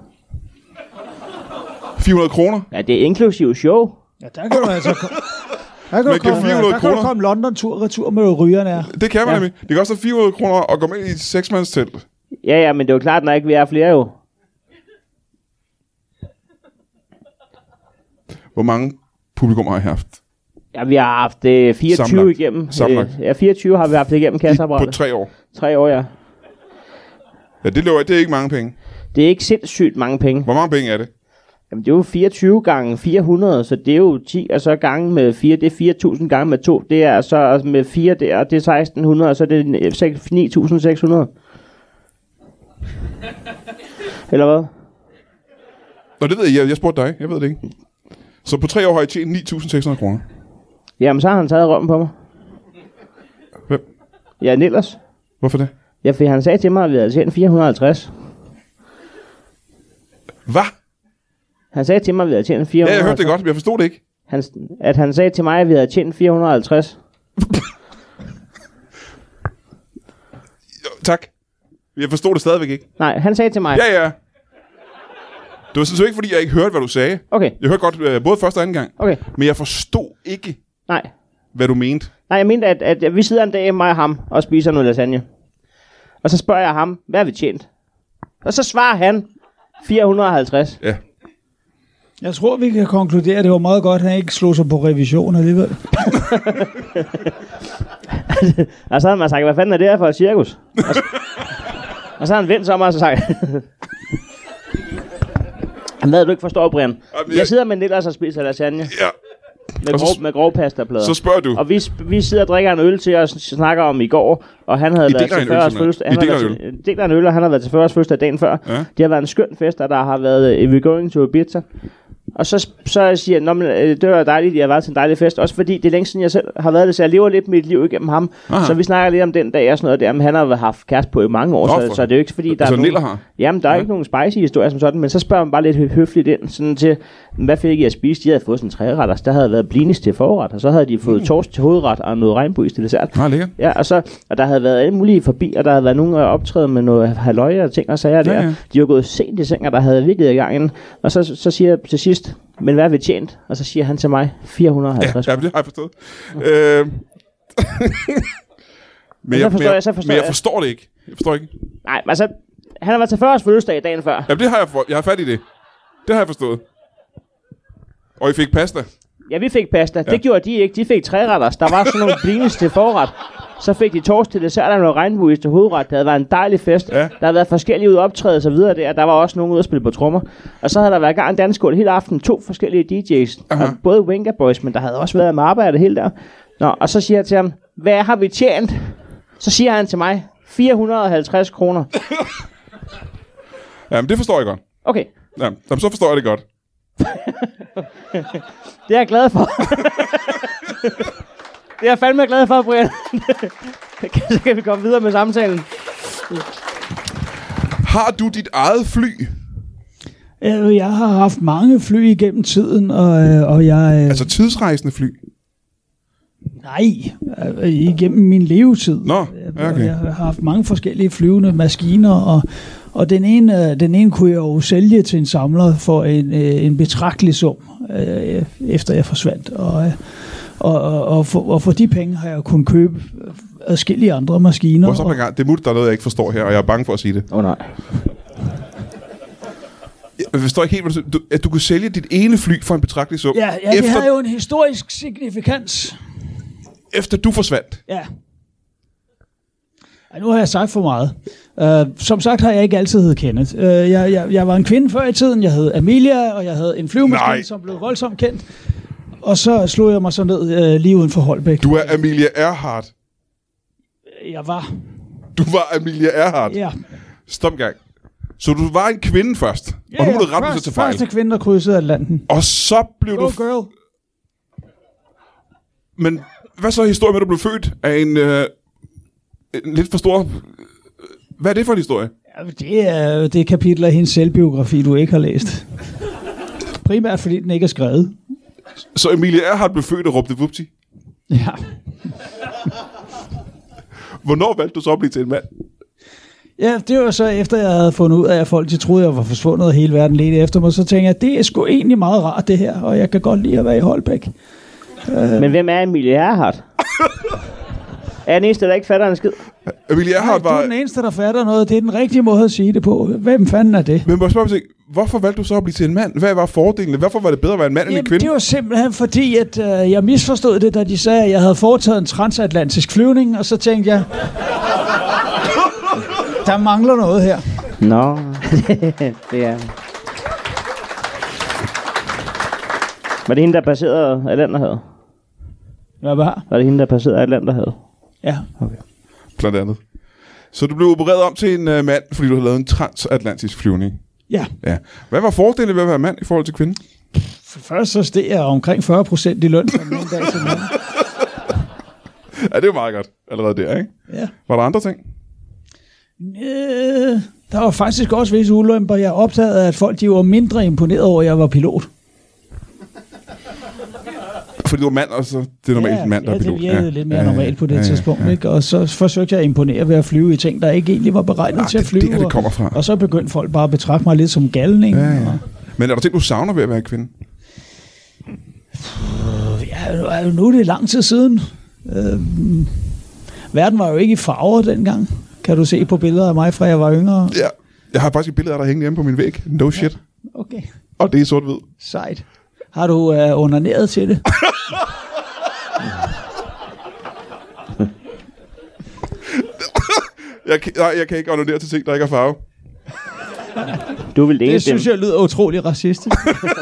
400 kroner? Ja, det er inklusiv show. Ja, der kan du altså... Der kan du komme London-tur retur med rygerne her. Det kan man nemlig. Det koster 400 kroner at komme ind i et 6-mandstelt. Ja, men det er jo klart, når ikke vi er flere jo. Hvor mange publikum har I haft? Ja, vi har haft 24 sammenlagt. Igennem. Ja, 24 har vi haft igennem kasseapparatet. På 3 år? 3 år, ja. Ja, det er ikke mange penge. Det er ikke sindssygt mange penge. Hvor mange penge er det? Jamen, det er jo 24 gange 400, så det er jo 10, og så gange med 4, det er 4.000 gange med 2. Det er så med 4 der, det er 1.600, og så er det 9.600. Eller hvad? Nå, det ved jeg spurgte dig. Jeg ved det ikke. Så på 3 år har I tjent 9.600 kroner? Jamen, så har han taget rømmen på mig. Hvem? Ja, Niels. Hvorfor det? Ja, for han sagde til mig, at vi havde tjent 450. Hvad? Han sagde til mig, at vi havde tjent 450. Ja, jeg hørte det godt, men jeg forstod det ikke. Han sagde til mig, at vi havde tjent 450. Tak. Jeg forstod det stadigvæk ikke. Nej, han sagde til mig... Ja. Det var sådan ikke, fordi jeg ikke hørte, hvad du sagde. Okay. Jeg hørte godt både første og anden gang. Okay. Men jeg forstod ikke, Nej. hvad du mente. Nej, jeg mente, at vi sidder en dag, mig og ham, og spiser noget lasagne. Og så spørger jeg ham, hvad har vi tjent? Og så svarer han 450. Ja. Jeg tror, vi kan konkludere, at det var meget godt, at han ikke slog sig på revision alligevel. Og så har man sagt, hvad fanden er det her for et cirkus? Og så har han vendt sig om og så sagt... Hvad du ikke forstår, Brian? Jeg sidder med Niels og spiser lasagne. Ja. Med grov pastaplader. Så spørger du. Og vi sidder og drikker en øl til at snakke om i går, og han havde været til 40 års fødselsdag. Deler en øl, og han havde været til 40 års fødselsdag dagen før. Ja. Det har været en skøn fest, og der har været We're Going to Ibiza. Og så siger jeg, det var dejligt, at jeg har været til en dejlig fest. Også fordi det er længe siden, jeg selv har været det, så jeg lever lidt mit liv igennem ham. Aha. Så vi snakker lidt om den dag og sådan noget der. Men han har haft kæreste på i mange år, så det er jo ikke fordi, der er nogen... Jamen, der er ikke nogen spicy historie som sådan, men så spørger man bare lidt høfligt ind, sådan til, hvad fik I at spise? De havde fået sådan 3 retter, der havde været blinis til forret, og så havde de fået torsk til hovedret og noget regnbuis til dessert. Ja, og der havde været alle mulige forbi, og der havde været nogen optræde med noget halløj og ting og sager der. Ja. De var gået sent i seng, og der havde virkelig i gang inden. Og så siger jeg til sidst, men hvad har vi tjent? Og så siger han til mig, 450. Ja, det har jeg forstået. Men jeg forstår det ikke. Jeg forstår ikke. Nej, altså, han har været til 40 års fødselsdag dagen før. Ja, det har jeg har fat i det. Det har jeg forstået. Og I fik pasta? Ja, vi fik pasta. Ja. Det gjorde de ikke. De fik 3 retter. Der var sådan nogle blinis til forret. Så fik de torsk til dessert og noget regnbuis til hovedret. Det havde været en dejlig fest. Ja. Der havde været forskellige ud optræde og så videre der. Der var også nogen ude at spille på trommer. Og så havde der været gang en dansskål hele aften. 2 forskellige DJ's. Og både Winga Boys, men der havde også været med arbejde hele der. Nå, og så siger jeg til ham, hvad har vi tjent? Så siger han til mig, 450 kroner. Jamen, det forstår jeg godt. Okay. Jamen, så forstår jeg det godt. Det er jeg glad for. Det er jeg fandme glad for, Brian. Så kan vi komme videre med samtalen. Har du dit eget fly? Jeg har haft mange fly igennem tiden, og jeg... Altså tidsrejsende fly? Nej, igennem min levetid. Nå, okay. Jeg har haft mange forskellige flyvende maskiner, og den ene kunne jeg jo sælge til en samler for en betragtelig sum, efter jeg forsvandt. Og for de penge har jeg kunnet købe adskillige andre maskiner. Det er muligt, der er noget, jeg ikke forstår her, og jeg er bange for at sige det. Nej. Jeg forstår ikke helt, at du kunne sælge dit ene fly for en betragtelig sum. Ja, det har jo en historisk signifikans. Efter du forsvandt? Ja. Nu har jeg sagt for meget. Som sagt har jeg ikke altid heddet Kenneth. Jeg var en kvinde før i tiden. Jeg hed Amelia, og jeg havde en flyvemaskine, som blev voldsomt kendt. Og så slog jeg mig så ned lige uden for Holbæk. Du er Amelia Earhart. Jeg var. Du var Amelia Earhart? Ja. Stop en gang. Så du var en kvinde først? Ja, og nu må du rette sig til fejl. Første kvinde, der krydsede Atlanten. Og så blev du... girl. Men hvad så er historien med, at du blev født af en lidt for stor... Hvad er det for en historie? Ja, det er kapitler af hendes selvbiografi, du ikke har læst. Primært fordi den ikke er skrevet. Så Amelia Earhart blev født og råbte vupti? Ja. Hvornår valgte du så at blive til en mand? Ja, det var så efter jeg havde fundet ud af, at folk de troede, jeg var forsvundet, og hele verden ledte efter mig. Så tænkte jeg, det er sgu egentlig meget rart det her, og jeg kan godt lide at være i Holbæk. Men hvem er Amelia Earhart? Er den eneste, der ikke fatter en skid? Amelia Earhart var... Du er den eneste, der fatter noget. Det er den rigtige måde at sige det på. Hvem fanden er det? Men hvorfor valgte du så at blive til en mand? Hvad var fordelene? Hvorfor var det bedre at være en mand end en kvinde? Det var simpelthen fordi, at jeg misforstod det, da de sagde, at jeg havde foretaget en transatlantisk flyvning, og så tænkte jeg, der mangler noget her. Nå, det er... Var det hende, der passerede Atlanterhavet? Hvad var? Var det hende, der passerede Atlanterhavet? Ja. Okay. Blandt andet. Så du blev opereret om til en mand, fordi du havde lavet en transatlantisk flyvning? Ja. Hvad var fordelen ved at være mand i forhold til kvinde? For først så steg jeg omkring 40% i løn fra den dag til mand. Ja, det er jo meget godt allerede der, ikke? Ja. Var der andre ting? Der var faktisk også visse ulemper. Jeg opdagede, at folk de var mindre imponeret over, at jeg var pilot. Fordi du var mand, og så det er normalt en mand, der er pilot. Ja, det virkede lidt mere normalt på det tidspunkt. Ikke? Og så forsøgte jeg at imponere ved at flyve i ting, der ikke egentlig var beregnet til at flyve. Det kommer fra. Og så begyndte folk bare at betragte mig lidt som galning. Men er der ting, du savner ved at være kvinde? Ja, nu er det lang tid siden. Verden var jo ikke i farver dengang. Kan du se på billeder af mig, fra jeg var yngre? Ja, jeg har faktisk et billede af dig hængende hjemme på min væg. No shit. Okay. Og det er sort-hvid. Sejt. Har du onaneret til det? Jeg kan ikke onanere til ting, der ikke er farve. Du vil det synes jeg lyder utrolig racistisk.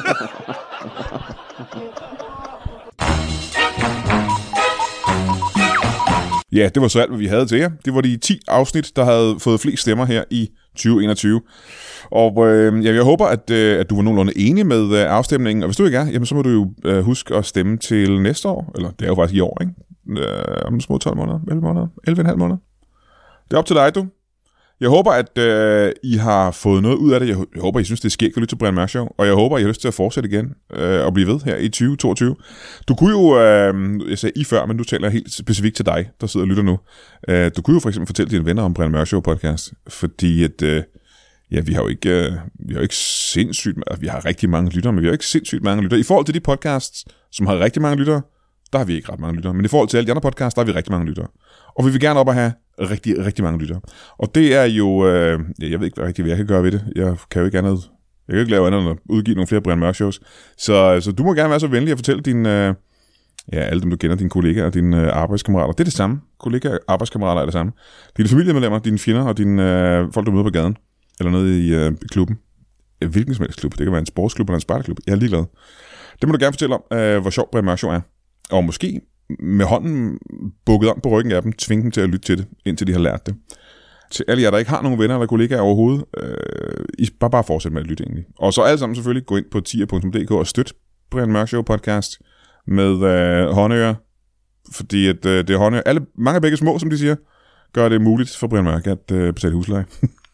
Ja, det var så alt, hvad vi havde til jer. Det var de 10 afsnit, der havde fået flest stemmer her i 2021. Og jeg håber, at du var nogenlunde enig med afstemningen. Og hvis du ikke er, jamen, så må du jo huske at stemme til næste år. Eller det er jo faktisk i år, ikke? Om små 12 måneder, 11 måneder, 11,5 måneder. Det er op til dig, du. Jeg håber, at I har fået noget ud af det. Jeg håber, I synes, det er skægt at lytte til Brian Mørk Show. Og jeg håber, I har lyst til at fortsætte igen og blive ved her i 2022. Du kunne jo, jeg sagde I før, men nu taler jeg helt specifikt til dig, der sidder og lytter nu. Du kunne jo for eksempel fortælle dine venner om Brian Mørk Show podcast. Fordi at, vi har jo ikke sindssygt, vi har rigtig mange lyttere, men vi har ikke sindssygt mange lyttere. I forhold til de podcasts, som har rigtig mange lyttere, der har vi ikke ret mange lyttere. Men i forhold til alle de andre podcasts, der har vi rigtig mange lyttere. Og vi vil gerne op og have rigtig, rigtig mange lyttere. Og det er jo... jeg ved ikke rigtig, hvad jeg kan gøre ved det. Jeg kan jo ikke andet... Jeg kan ikke lave andet end at udgive nogle flere Brian Mørk Shows. Så du må gerne være så venlig at fortælle dine... alle dem, du kender, dine kollegaer og dine arbejdskammerater. Det er det samme. Kollegaer og arbejdskammerater er det samme. Dine familiemedlemmer, dine fjender og dine folk, du møder på gaden. Eller nede i klubben. Hvilken som helst klub. Det kan være en sportsklub eller en spartaklub. Jeg er ligeglad. Det må du gerne fortælle om, hvor sjov Brian Mørk Show er. Og måske med hånden bukket om på ryggen af dem, tvinge dem til at lytte til det, indtil de har lært det. Til alle jer, der ikke har nogen venner eller kollegaer overhovedet, I bare fortsæt med at lytte egentlig. Og så alle sammen selvfølgelig gå ind på tier.dk og støt Brian Mørk Show podcast med håndører, fordi at, det er håndører. Mange af begge små, som de siger, gør det muligt for Brian Mørk at betale husleje.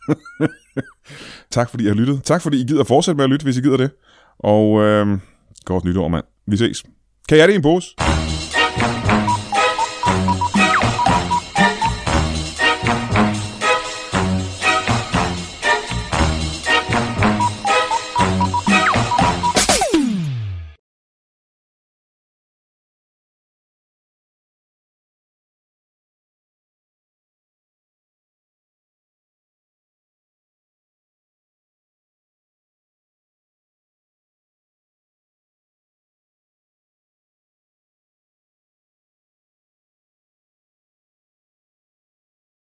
Tak fordi I har lyttet. Tak fordi I gider fortsætte med at lytte, hvis I gider det. Og godt nytår, mand. Vi ses. Kan jeg det i en pose?